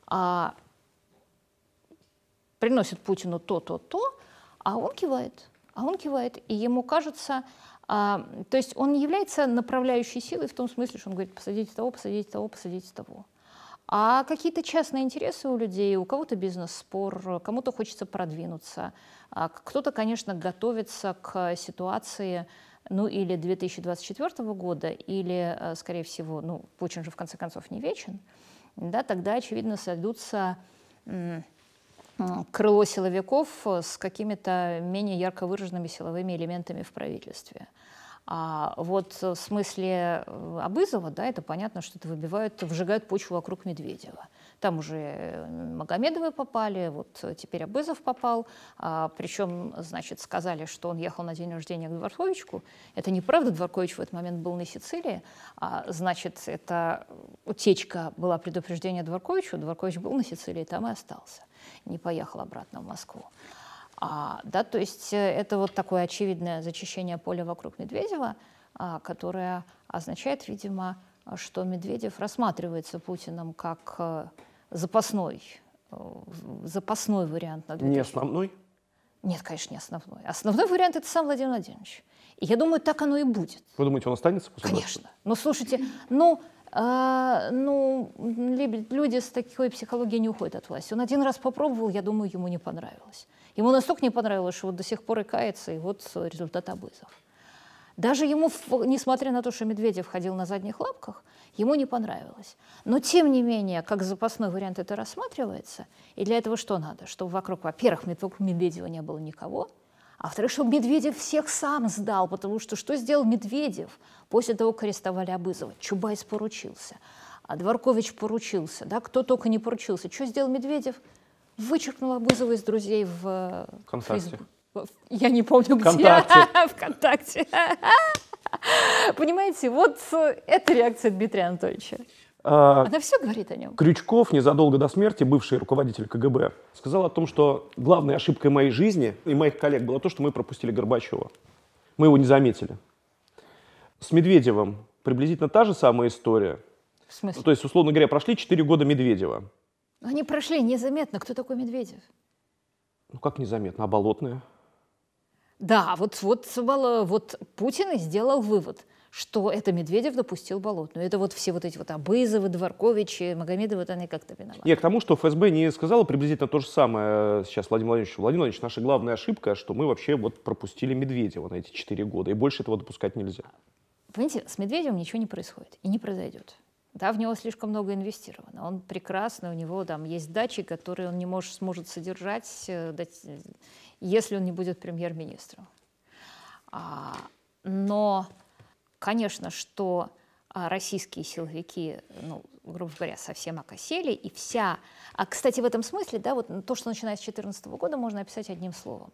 приносит Путину то, а он кивает, и ему кажется, то есть он не является направляющей силой в том смысле, что он говорит, посадите того, посадите того, посадите того. А какие-то частные интересы у людей, у кого-то бизнес-спор, кому-то хочется продвинуться, кто-то, конечно, готовится к ситуации, ну, или 2024 года, или, скорее всего, ну, Путин же в конце концов не вечен, да, тогда, очевидно, сойдутся крыло силовиков с какими-то менее ярко выраженными силовыми элементами в правительстве. Вот в смысле Абызова, да, это понятно, что это выжигают почву вокруг Медведева. Там уже Магомедовы попали, вот теперь Абызов попал. Причем, значит, сказали, что он ехал на день рождения к Дворковичу. Это неправда, Дворкович в этот момент был на Сицилии. Значит, это утечка была предупреждение Дворковичу. Дворкович был на Сицилии, там и остался. Не поехал обратно в Москву. Да, то есть это вот такое очевидное зачищение поля вокруг Медведева, которое означает, видимо, что Медведев рассматривается Путиным как запасной вариант на 2000. Не основной? Нет, конечно, не основной. Основной вариант — это сам Владимир Владимирович. И я думаю, так оно и будет. Вы думаете, он останется после Конечно. Ну, слушайте, люди с такой психологией не уходят от власти. Он один раз попробовал, я думаю, ему не понравилось. Ему настолько не понравилось, что вот до сих пор и кается, и вот результат Абызов. Даже ему, несмотря на то, что Медведев ходил на задних лапках, ему не понравилось. Но, тем не менее, как запасной вариант это рассматривается. И для этого что надо? Чтобы вокруг, во-первых, Медведева не было никого, а во-вторых, чтобы Медведев всех сам сдал, потому что сделал Медведев после того, как арестовали Абызова? Чубайс поручился, а Дворкович поручился, да, кто только не поручился. Что сделал Медведев? Вычеркнул Абызова из друзей в ВКонтакте. Я не помню, где. ВКонтакте. Понимаете, вот это реакция Дмитрия Анатольевича. Она все говорит о нем. Крючков, незадолго до смерти, бывший руководитель КГБ, сказал о том, что главной ошибкой моей жизни и моих коллег было то, что мы пропустили Горбачева. Мы его не заметили. С Медведевым приблизительно та же самая история. В смысле? Ну, то есть, условно говоря, прошли 4 года Медведева. Они прошли незаметно. Кто такой Медведев? Ну как незаметно? А Болотная? Да, вот Путин и сделал вывод, что это Медведев допустил Болотную. Это вот все вот эти вот Абызовы, Дворковичи, Магомедовы, они как-то виноваты. Нет, к тому, что ФСБ не сказала приблизительно то же самое сейчас Владимир Владимирович. Владимир Владимирович, наша главная ошибка, что мы вообще вот пропустили Медведева на эти 4 года, и больше этого допускать нельзя. Понимаете, с Медведевым ничего не происходит и не произойдет. Да, в него слишком много инвестировано. Он прекрасный, у него там есть дачи, которые он не сможет содержать, если он не будет премьер-министром. Но, конечно, что российские силовики, ну, грубо говоря, совсем окосели, и вся... кстати, в этом смысле, да, вот то, что начинается с 2014 года, можно описать одним словом.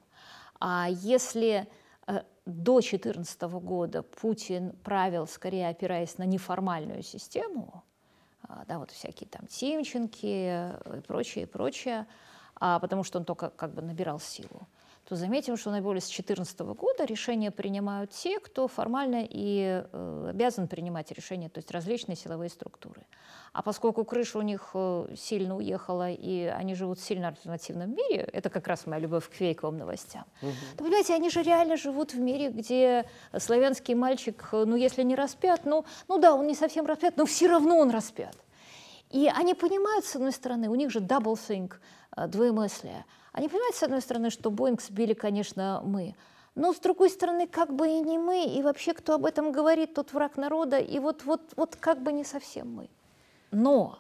Если до 2014 года Путин правил, скорее опираясь на неформальную систему, да, вот всякие там Тимченки и прочее, потому что он только как бы набирал силу, то заметим, что наиболее с 2014 года решения принимают те, кто формально и обязан принимать решения, то есть различные силовые структуры. А поскольку крыша у них сильно уехала, и они живут в сильно альтернативном мире, это как раз моя любовь к фейковым новостям, то, понимаете, они же реально живут в мире, где славянский мальчик, ну, если не распят, ну да, он не совсем распят, но все равно он распят. И они понимают, с одной стороны, у них же double-think, двоемыслие. Они понимают, с одной стороны, что Боинг сбили, конечно, мы, но с другой стороны, как бы и не мы, и вообще, кто об этом говорит, тот враг народа, и вот как бы не совсем мы. Но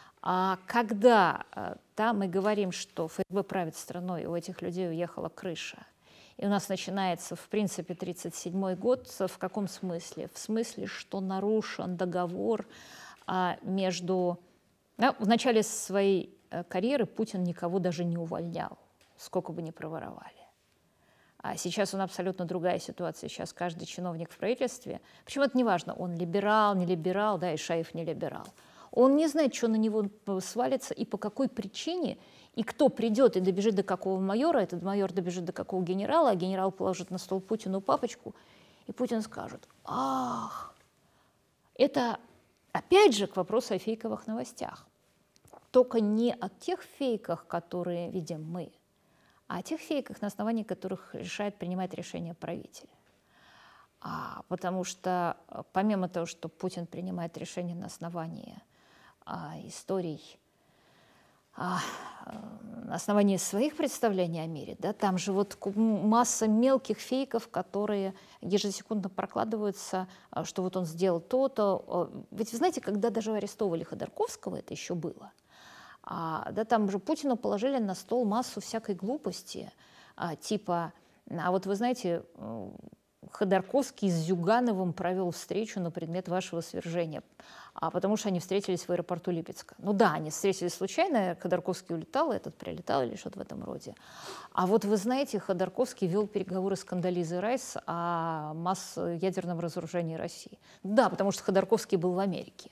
когда мы говорим, что ФСБ правит страной, и у этих людей уехала крыша, и у нас начинается, в принципе, 1937 год, в каком смысле? В смысле, что нарушен договор между... В начале своей карьеры Путин никого даже не увольнял, сколько бы ни проворовали. А сейчас он абсолютно другая ситуация. Сейчас каждый чиновник в правительстве, причем это не важно, он либерал, не либерал, да, Ишаев не либерал. Он не знает, что на него свалится и по какой причине, и кто придет и добежит до какого майора, этот майор добежит до какого генерала, а генерал положит на стол Путину папочку, и Путин скажет: ах, это опять же к вопросу о фейковых новостях. Только не о тех фейках, которые видим мы, а о тех фейках, на основании которых решает принимать решения правитель. Потому что помимо того, что Путин принимает решения на основании историй, на основании своих представлений о мире, да, там же вот масса мелких фейков, которые ежесекундно прокладываются, что вот он сделал то-то. Ведь вы знаете, когда даже арестовывали Ходорковского, это еще было, да, там же Путину положили на стол массу всякой глупости, типа, вот вы знаете, Ходорковский с Зюгановым провел встречу на предмет вашего свержения, потому что они встретились в аэропорту Липецка. Ну да, они встретились случайно, Ходорковский улетал, этот прилетал или что-то в этом роде. А вот вы знаете, Ходорковский вел переговоры с Кондолизой Райс о ядерном разоружении России. Да, потому что Ходорковский был в Америке.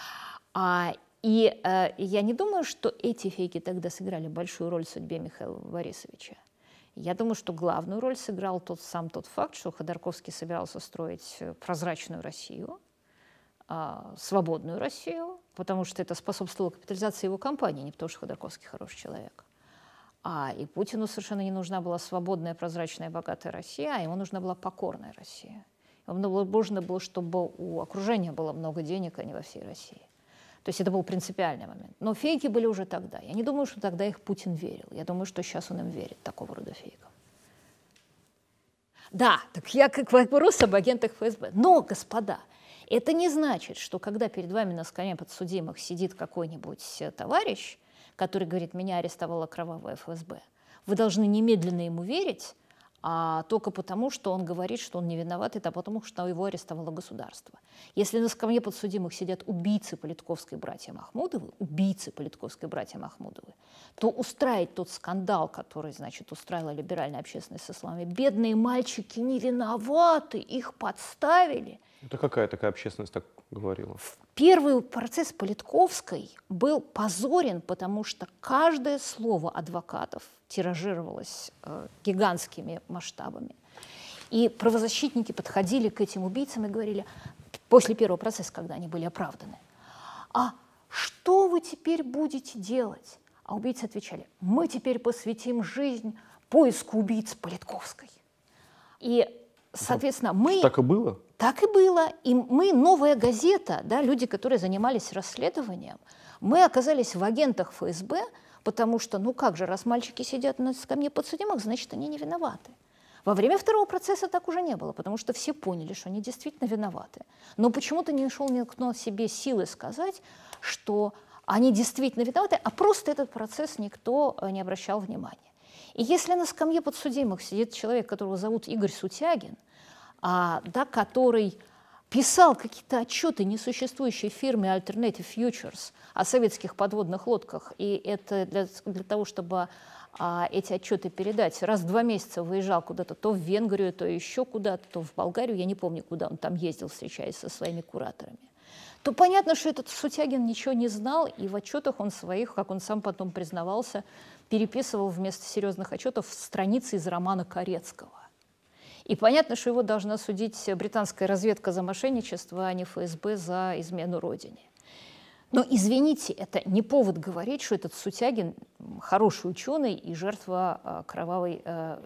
И я не думаю, что эти фейки тогда сыграли большую роль в судьбе Михаила Борисовича. Я думаю, что главную роль сыграл тот факт, что Ходорковский собирался строить прозрачную Россию, свободную Россию, потому что это способствовало капитализации его компании, не потому что Ходорковский хороший человек. И Путину совершенно не нужна была свободная, прозрачная, богатая Россия, а ему нужна была покорная Россия. Ему нужно было, чтобы у окружения было много денег, а не во всей России. То есть это был принципиальный момент. Но фейки были уже тогда. Я не думаю, что тогда их Путин верил. Я думаю, что сейчас он им верит, такого рода фейкам. Да, так я как вопрос об агентах ФСБ. Но, господа, это не значит, что когда перед вами на скамье подсудимых сидит какой-нибудь товарищ, который говорит, меня арестовала кровавая ФСБ, вы должны немедленно ему верить, а только потому, что он говорит, что он не виноват, это потому, что его арестовало государство. Если на скамье подсудимых сидят убийцы Политковской братья Махмудовы, то устраивать тот скандал, который, значит, устраивала либеральная общественность со словами «бедные мальчики не виноваты, их подставили». Это какая такая общественность так говорила? Первый процесс Политковской был позорен, потому что каждое слово адвокатов тиражировалось гигантскими масштабами. И правозащитники подходили к этим убийцам и говорили, после первого процесса, когда они были оправданы, а что вы теперь будете делать? А убийцы отвечали, мы теперь посвятим жизнь поиску убийц Политковской. И, соответственно, мы... Так и было? Так и было. И мы, новая газета, да, люди, которые занимались расследованием, мы оказались в агентах ФСБ, потому что, ну как же, раз мальчики сидят на скамье подсудимых, значит, они не виноваты. Во время второго процесса так уже не было, потому что все поняли, что они действительно виноваты. Но почему-то не нашел никто себе силы сказать, что они действительно виноваты, а просто этот процесс никто не обращал внимания. И если на скамье подсудимых сидит человек, которого зовут Игорь Сутягин, да, который писал какие-то отчеты несуществующей фирме Alternative Futures о советских подводных лодках, и это для того, чтобы эти отчеты передать, раз в 2 месяца выезжал куда-то, то в Венгрию, то еще куда-то, то в Болгарию, я не помню, куда он там ездил, встречаясь со своими кураторами, то понятно, что этот Сутягин ничего не знал, и в отчетах он своих, как он сам потом признавался, переписывал вместо серьезных отчетов страницы из романа Корецкого. И понятно, что его должна судить британская разведка за мошенничество, а не ФСБ за измену родине. Но, извините, это не повод говорить, что этот Сутягин хороший ученый и жертва кровавой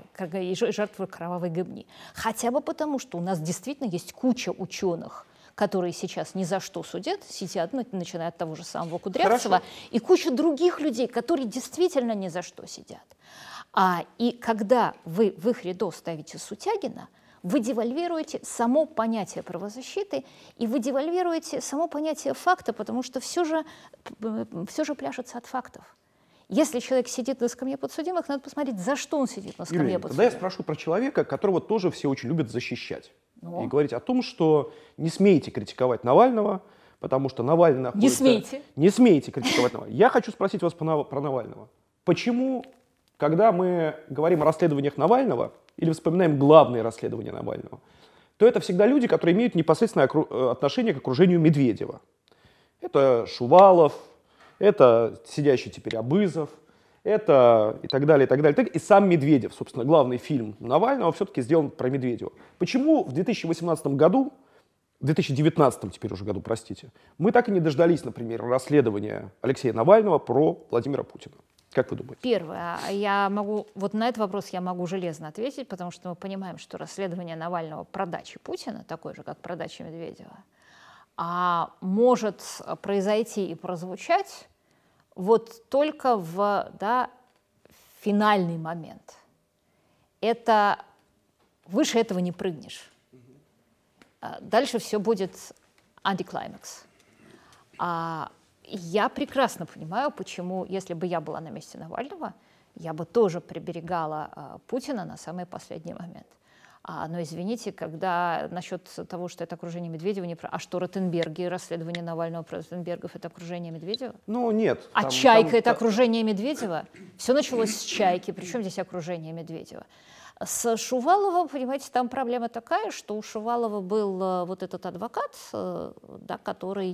гыбни. Хотя бы потому, что у нас действительно есть куча ученых, которые сейчас ни за что сидят, начиная от того же самого Кудрявцева, и куча других людей, которые действительно ни за что сидят. И когда вы в их ряду ставите Сутягина, вы девальвируете само понятие правозащиты и вы девальвируете само понятие факта, потому что все же пляшется от фактов. Если человек сидит на скамье подсудимых, надо посмотреть, за что он сидит на скамье подсудимых. Тогда я спрошу про человека, которого тоже все очень любят защищать. И говорить о том, что не смейте критиковать Навального, потому что Навальный находится... Не смейте. Не смейте критиковать Навального. Я хочу спросить вас про Навального. Почему, когда мы говорим о расследованиях Навального или вспоминаем главные расследования Навального, то это всегда люди, которые имеют непосредственное отношение к окружению Медведева. Это Шувалов, это сидящий теперь Абызов, это и так далее, и так далее. И сам Медведев, собственно, главный фильм Навального все-таки сделан про Медведева. Почему в 2018 году, в 2019 теперь уже году, простите, мы так и не дождались, например, расследования Алексея Навального про Владимира Путина? Как вы думаете? Первое, вот на этот вопрос я могу железно ответить, потому что мы понимаем, что расследование Навального про дачи Путина, такое же, как про дачи Медведева, может произойти и прозвучать вот только в финальный момент. Это выше этого не прыгнешь. Дальше все будет антиклаймакс. Я прекрасно понимаю, почему, если бы я была на месте Навального, я бы тоже приберегала Путина на самый последний момент. Но извините, когда насчет того, что это окружение Медведева, а что Ротенберги, расследование Навального про Ротенбергов, это окружение Медведева? Ну, нет. «Чайка» — это окружение Медведева? Все началось с «Чайки». Причем здесь окружение Медведева? С Шуваловым, понимаете, там проблема такая, что у Шувалова был вот этот адвокат, который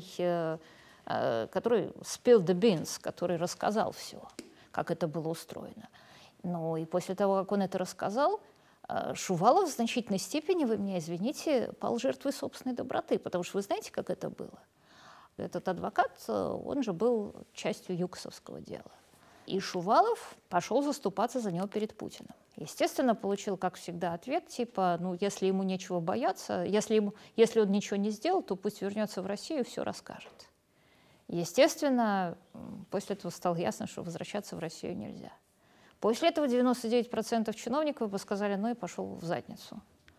spill the beans, который рассказал все, как это было устроено. Ну и после того, как он это рассказал, Шувалов в значительной степени, вы меня извините, пал жертвой собственной доброты, потому что вы знаете, как это было? Этот адвокат, он же был частью юкосовского дела. И Шувалов пошел заступаться за него перед Путиным. Естественно, получил, как всегда, ответ типа, если ему нечего бояться, если он ничего не сделал, то пусть вернется в Россию и все расскажет. Естественно, после этого стало ясно, что возвращаться в Россию нельзя. После этого 99% чиновников бы сказали, и пошел в задницу.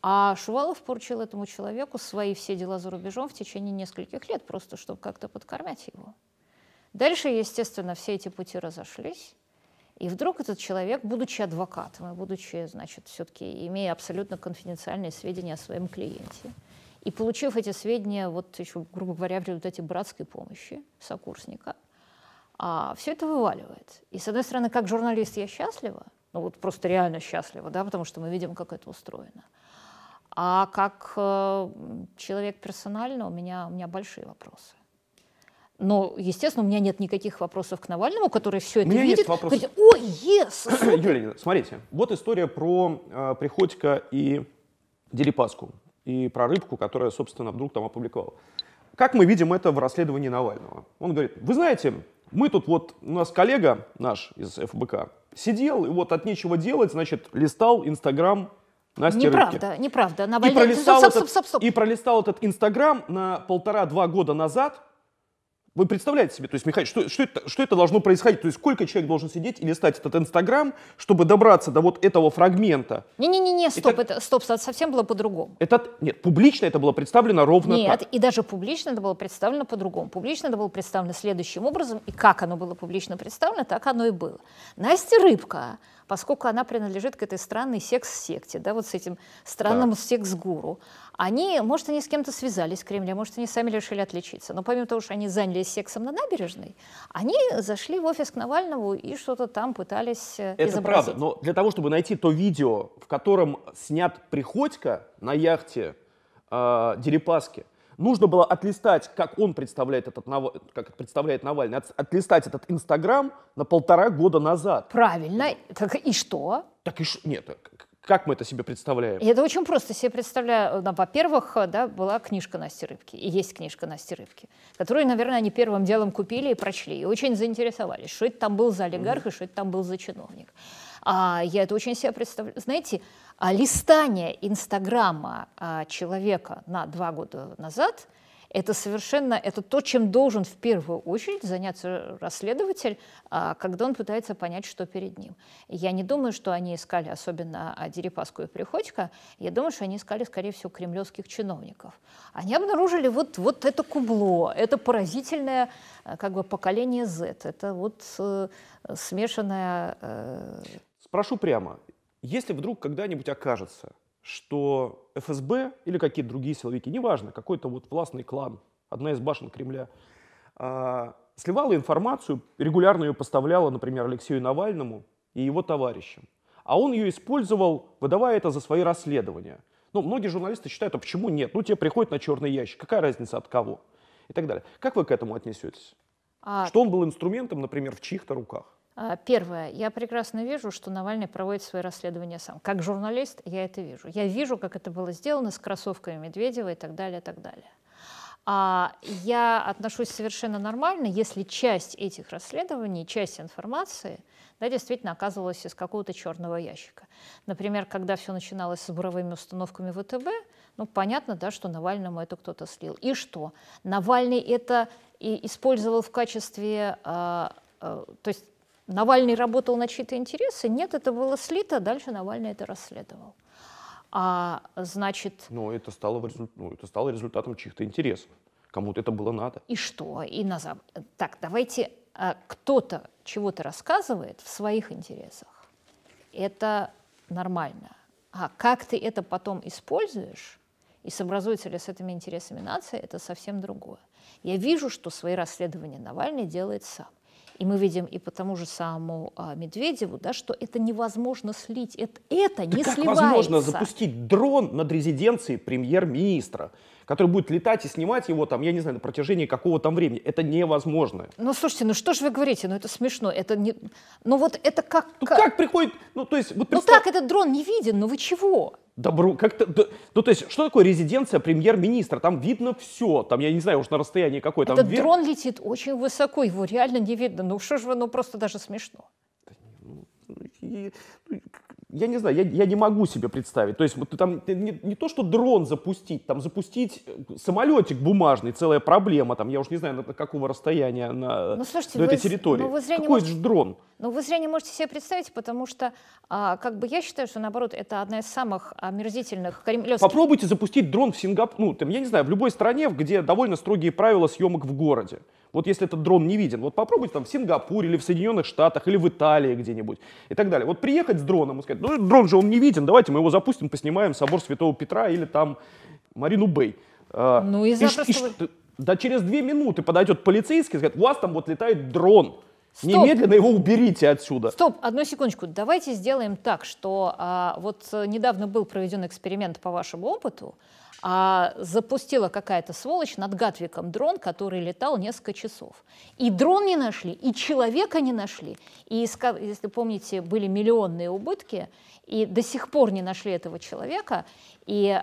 А Шувалов поручил этому человеку свои все дела за рубежом в течение нескольких лет, просто чтобы как-то подкормять его. Дальше, естественно, все эти пути разошлись. И вдруг этот человек, будучи адвокатом, и будучи, значит, все-таки имея абсолютно конфиденциальные сведения о своем клиенте, и получив эти сведения, вот еще, грубо говоря, в результате братской помощи сокурсника, все это вываливает. И, с одной стороны, как журналист я счастлива, ну вот просто реально счастлива, да, потому что мы видим, как это устроено. А как человек персонально у меня большие вопросы. Но, естественно, у меня нет никаких вопросов к Навальному, который все это видит. Говорит, ой, Юлия, смотрите, вот история про Приходько и Дерипаску, и про Рыбку, которая, собственно, вдруг там опубликовала. Как мы видим это в расследовании Навального? Он говорит, вы знаете, мы тут вот, у нас коллега наш из ФБК сидел, и вот от нечего делать, значит, листал Инстаграм Насти Рыбки. Неправда. И пролистал этот Инстаграм на 1,5-2 года назад. Вы представляете себе, то есть, Михаил, что это должно происходить? То есть сколько человек должен сидеть и листать этот Инстаграм, чтобы добраться до вот этого фрагмента? Не-не-не, стоп, это совсем было по-другому. Нет, публично это было представлено ровно так. Нет, и даже публично это было представлено по-другому. Публично это было представлено следующим образом, и как оно было публично представлено, так оно и было. Настя Рыбка, поскольку она принадлежит к этой странной секс-секте, да, вот с этим странным секс-гуру, может, они с кем-то связались в Кремле, может, они сами решили отличиться. Но помимо того, что они занялись сексом на набережной, они зашли в офис к Навальному и что-то там пытались изобразить. Это правда, но для того, чтобы найти то видео, в котором снят Приходько на яхте Дерипаски, нужно было отлистать, как он представляет как представляет Навальный, отлистать этот Инстаграм на 1,5 года назад. Правильно. Так и что? Нет, как мы это себе представляем? Я это очень просто себе представляю. Во-первых, да, была книжка Насти Рыбки, и есть книжка Насти Рыбки, которую, наверное, они первым делом купили и прочли, и очень заинтересовались, что это там был за олигарх и что это там был за чиновник. Я это очень себе представляю. Знаете, листание Инстаграма человека на 2 года назад — это то, чем должен в первую очередь заняться расследователь, когда он пытается понять, что перед ним. Я не думаю, что они искали особенно Дерипаску и Приходько, я думаю, что они искали, скорее всего, кремлевских чиновников. Они обнаружили вот это кубло, это поразительное поколение Z, это вот смешанное... Спрошу прямо, если вдруг когда-нибудь окажется, что ФСБ или какие-то другие силовики, неважно, какой-то вот властный клан, одна из башен Кремля, сливала информацию, регулярно ее поставляла, например, Алексею Навальному и его товарищам, а он ее использовал, выдавая это за свои расследования. Многие журналисты считают, а почему нет? Тебе приходит на черный ящик, какая разница от кого? И так далее. Как вы к этому отнесетесь? Что он был инструментом, например, в чьих-то руках? Первое. Я прекрасно вижу, что Навальный проводит свои расследования сам. Как журналист я это вижу. Я вижу, как это было сделано с кроссовками Медведева и так далее, и так далее. Я отношусь совершенно нормально, если часть этих расследований, часть информации, да, действительно оказывалась из какого-то черного ящика. Например, когда все начиналось с буровыми установками ВТБ, понятно, да, что Навальному это кто-то слил. И что? Навальный это использовал в качестве... то есть Навальный работал на чьи-то интересы? Нет, это было слито, дальше Навальный это расследовал. Значит... это стало результатом чьих-то интересов. Кому-то это было надо. И что? Так, давайте, кто-то чего-то рассказывает в своих интересах. Это нормально. Как ты это потом используешь, и сообразуется ли с этими интересами нации, это совсем другое. Я вижу, что свои расследования Навальный делает сам. И мы видим и по тому же самому Медведеву, да, что это невозможно слить, это не сливается. Как возможно запустить дрон над резиденцией премьер-министра, который будет летать и снимать его там, я не знаю, на протяжении какого-то времени? Это невозможно. Слушайте, что же вы говорите? Это смешно. Это не... это как... Как приходит... так этот дрон не виден, вы чего? То есть, что такое резиденция премьер-министра? Там видно все. Там, я не знаю, уж на расстоянии какой. Этот дрон летит очень высоко, его реально не видно. Что же вы, просто даже смешно. Я не знаю, я не могу себе представить. То есть, там не то, что дрон запустить, там запустить самолетик бумажный, целая проблема. Там, я уж не знаю, на какого расстояния до этой территории. Какой же дрон? Но вы зря не можете себе представить, потому что как бы я считаю, что наоборот это одна из самых омерзительных кремлевских... Попробуйте запустить дрон в Сингапур, ну, там, я не знаю, в любой стране, где довольно строгие правила съемок в городе. Вот если этот дрон не виден, вот попробуйте там в Сингапуре или в Соединенных Штатах или в Италии где-нибудь и так далее. Вот приехать с дроном и сказать, ну дрон же он не виден, давайте мы его запустим, поснимаем собор Святого Петра или там Марину Бэй. Ну и запросто... Да через 2 минуты подойдет полицейский и скажет, у вас там вот летает дрон. Стоп. Немедленно его уберите отсюда. Стоп, одну секундочку. Давайте сделаем так, что вот недавно был проведен эксперимент по вашему опыту. Запустила какая-то сволочь над Гатвиком дрон, который летал несколько часов. И дрон не нашли, и человека не нашли. И, если помните, были миллионные убытки, и до сих пор не нашли этого человека. И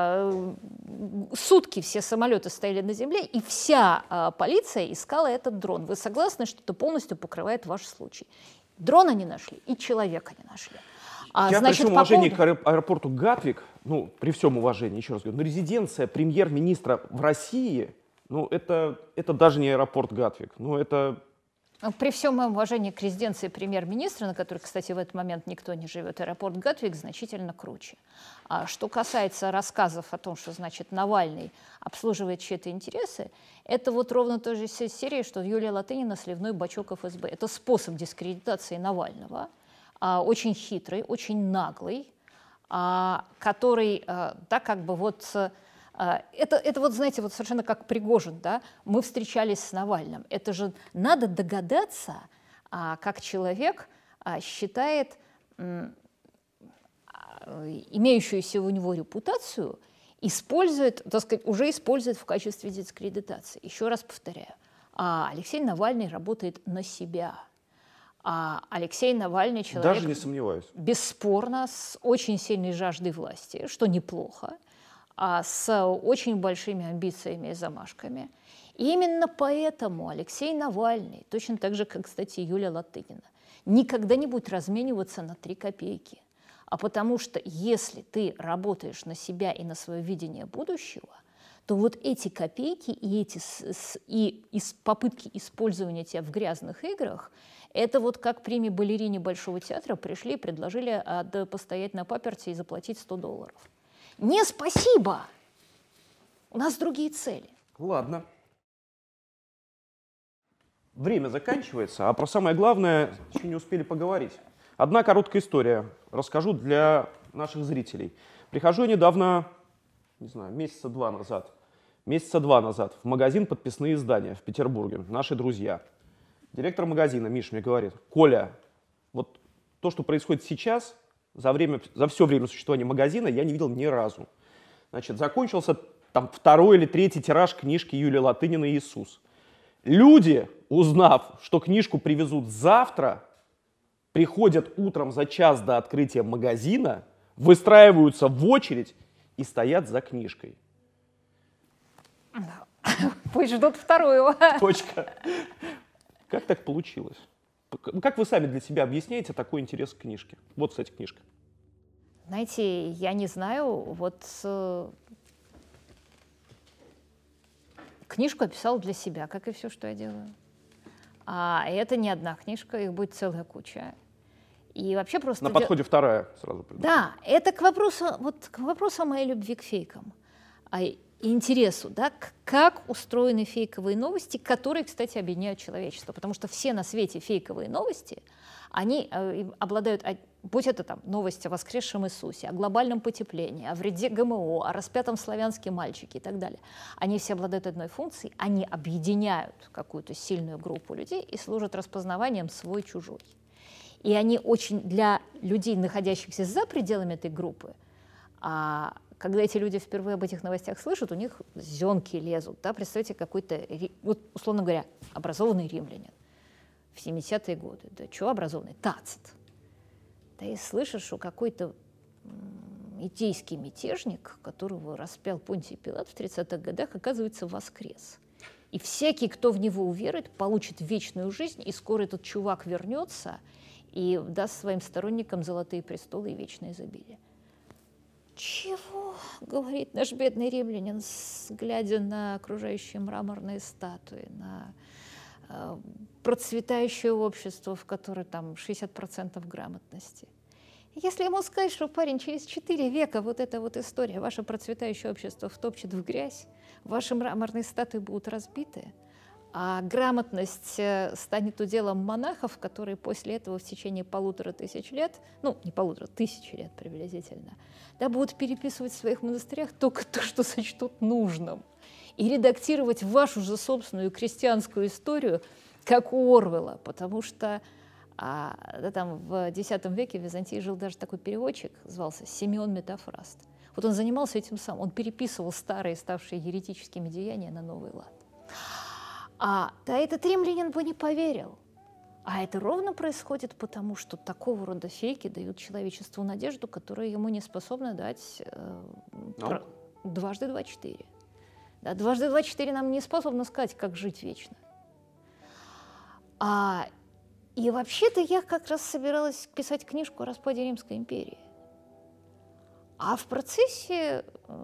сутки все самолеты стояли на земле, и вся полиция искала этот дрон. Вы согласны, что это полностью покрывает ваш случай? Дрона не нашли, и человека не нашли. Я при всем уважении к аэропорту Гатвик, ну, при всем уважении, еще раз говорю, но резиденция премьер-министра в России, ну, это даже не аэропорт Гатвик, ну, это... При всем моем уважении к резиденции премьер-министра, на которой, кстати, в этот момент никто не живет, аэропорт Гатвик значительно круче. А что касается рассказов о том, что, значит, Навальный обслуживает чьи-то интересы, это вот ровно той же серии, что Юлия Латынина сливной бачок ФСБ. Это способ дискредитации Навального, очень хитрый, очень наглый, который, да, как бы вот... Это вот, знаете, вот совершенно как Пригожин, да, мы встречались с Навальным. Это же надо догадаться, как человек считает имеющуюся у него репутацию, использует, так сказать, уже использует в качестве дискредитации. Еще раз повторяю, Алексей Навальный работает на себя. Алексей Навальный человек, даже не сомневаюсь, бесспорно, с очень сильной жаждой власти, что неплохо, с очень большими амбициями и замашками. И именно поэтому Алексей Навальный, точно так же, как, кстати, Юлия Латынина, никогда не будет размениваться на 3 копейки. А потому что если ты работаешь на себя и на свое видение будущего, то вот эти копейки и попытки использования тебя в грязных играх, это вот как при балерине Большого театра пришли и предложили постоять на паперти и заплатить $100. Не спасибо! У нас другие цели. Ладно. Время заканчивается, а про самое главное еще не успели поговорить. Одна короткая история. Расскажу для наших зрителей. Прихожу я недавно, не знаю, месяца два назад в магазин «Подписные издания» в Петербурге. Наши друзья. Директор магазина, Миша, мне говорит: Коля, вот то, что происходит сейчас, за все время существования магазина я не видел ни разу. Значит, закончился там 2-й или 3-й тираж книжки Юлии Латыниной «Иисус». Люди, узнав, что книжку привезут завтра, приходят утром за час до открытия магазина, выстраиваются в очередь и стоят за книжкой. Пусть ждут вторую. Точка. Как так получилось? Как вы сами для себя объясняете такой интерес к книжке? Вот, кстати, книжка. Знаете, я не знаю, вот книжку я писала для себя, как и все, что я делаю. А это не одна книжка, их будет целая куча. И вообще просто... На подходе вторая сразу. Да, это к вопросу о моей любви к фейкам. И интересу, да, как устроены фейковые новости, которые, кстати, объединяют человечество. Потому что все на свете фейковые новости, они обладают, будь это там новости о воскресшем Иисусе, о глобальном потеплении, о вреде ГМО, о распятом славянском мальчике и так далее, они все обладают одной функцией, они объединяют какую-то сильную группу людей и служат распознаванием свой-чужой. И они очень для людей, находящихся за пределами этой группы, когда эти люди впервые об этих новостях слышат, у них зенки лезут. Да? Представьте, какой-то, вот, условно говоря, образованный римлянин в 70-е годы. Да чего образованный? Тацит. Да и слышишь, что какой-то идейский мятежник, которого распял Понтий Пилат в 30-х годах, оказывается, воскрес. И всякий, кто в него уверует, получит вечную жизнь, и скоро этот чувак вернется и даст своим сторонникам золотые престолы и вечное изобилие. «Чего?» — говорит наш бедный римлянин, глядя на окружающие мраморные статуи, на процветающее общество, в котором там 60% грамотности. Если ему сказать, что, парень, через 4 века вот эта вот история, ваше процветающее общество втопчет в грязь, ваши мраморные статуи будут разбиты, а грамотность станет уделом монахов, которые после этого в течение 1500 лет, ну, не 1500 лет приблизительно, да, будут переписывать в своих монастырях только то, что сочтут нужным, и редактировать вашу же собственную крестьянскую историю, как у Орвелла, потому что да, там в X веке в Византии жил даже такой переводчик, звался Симеон Метафраст. Вот он занимался этим самым, он переписывал старые, ставшие еретическими деяния на новый лад. Да этот римлянин бы не поверил. А это ровно происходит потому, что такого рода фейки дают человечеству надежду, которую ему не способна дать дважды 24. Да, дважды 24 нам не способно сказать, как жить вечно. И вообще-то я как раз собиралась писать книжку о распаде Римской империи. А в процессе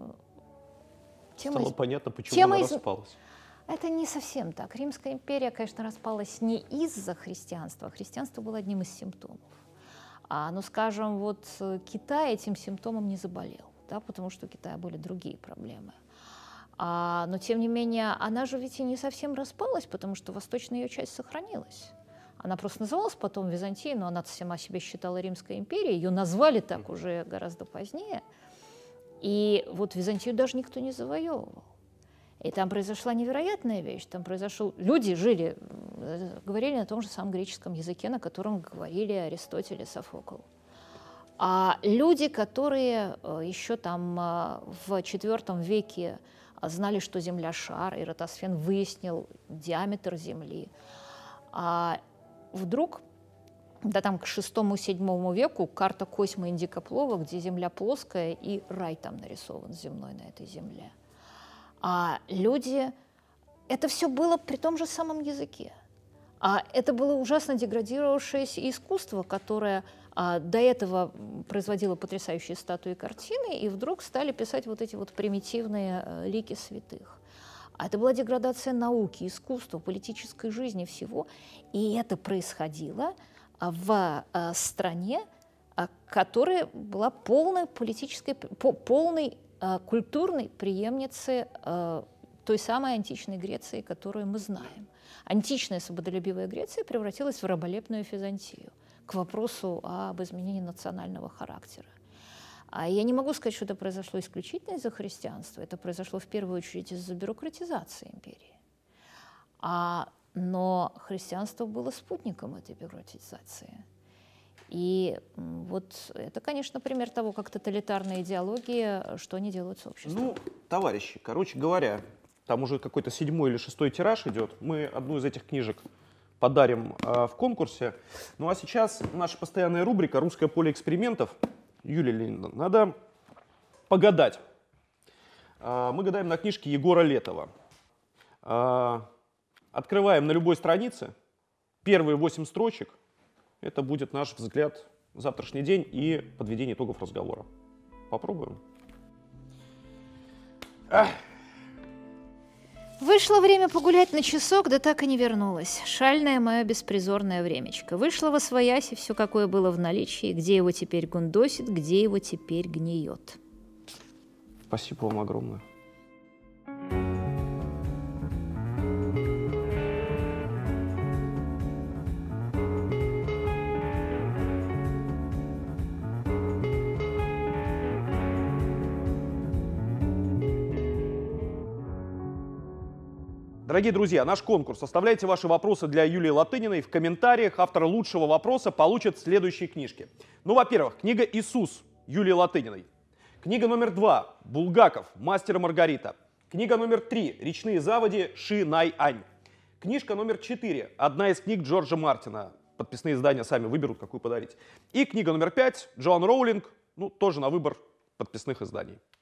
стало понятно, почему она распалась. Это не совсем так. Римская империя, конечно, распалась не из-за христианства. Христианство было одним из симптомов. Но, скажем, вот Китай этим симптомом не заболел, да, потому что у Китая были другие проблемы. Но, тем не менее, она же ведь и не совсем распалась, потому что восточная ее часть сохранилась. Она просто называлась потом Византией, но она сама себя считала Римской империей. Ее назвали так уже гораздо позднее. И вот Византию даже никто не завоевывал. И там произошла невероятная вещь. Там люди жили, говорили на том же самом греческом языке, на котором говорили Аристотель и Софокл. А люди, которые еще там в IV веке знали, что Земля шар, и Эратосфен выяснил диаметр Земли, вдруг, да там к VI-VII веку, карта Косьмы Индикоплова, где Земля плоская, и рай там нарисован земной на этой Земле. Люди, это все было при том же самом языке. Это было ужасно деградировавшееся искусство, которое до этого производило потрясающие статуи и картины, и вдруг стали писать вот эти вот примитивные лики святых. Это была деградация науки, искусства, политической жизни, всего. И это происходило в стране, которая была полной культурной преемницей той самой античной Греции, которую мы знаем. Античная свободолюбивая Греция превратилась в раболепную Византию к вопросу об изменении национального характера. Я не могу сказать, что это произошло исключительно из-за христианства. Это произошло в первую очередь из-за бюрократизации империи. Но христианство было спутником этой бюрократизации. И вот это, конечно, пример того, как тоталитарные идеологии, что они делают с обществом. Ну, товарищи, короче говоря, там уже какой-то 7-й или 6-й тираж идет. Мы одну из этих книжек подарим в конкурсе. Ну а сейчас наша постоянная рубрика «Русское поле экспериментов». Юлия Леонидовна, надо погадать. Мы гадаем на книжке Егора Летова. Открываем на любой странице. Первые 8 строчек. Это будет наш взгляд в завтрашний день и подведение итогов разговора. Попробуем. Вышло время погулять на часок, да так и не вернулась. Шальное мое беспризорное времечко. Вышло восвояси все, какое было в наличии, где его теперь гундосит, где его теперь гниет. Спасибо вам огромное. Дорогие друзья, наш конкурс. Оставляйте ваши вопросы для Юлии Латыниной в комментариях. Автор лучшего вопроса получит следующие книжки. Ну, во-первых, книга «Иисус» Юлии Латыниной. Книга номер 2 «Булгаков. Мастер и Маргарита». Книга номер 3 «Речные заводи» Ши Най Ань. Книжка номер 4 одна из книг Джорджа Мартина. Подписные издания сами выберут, какую подарить. И книга номер 5 Джоан Роулинг, ну, тоже на выбор подписных изданий.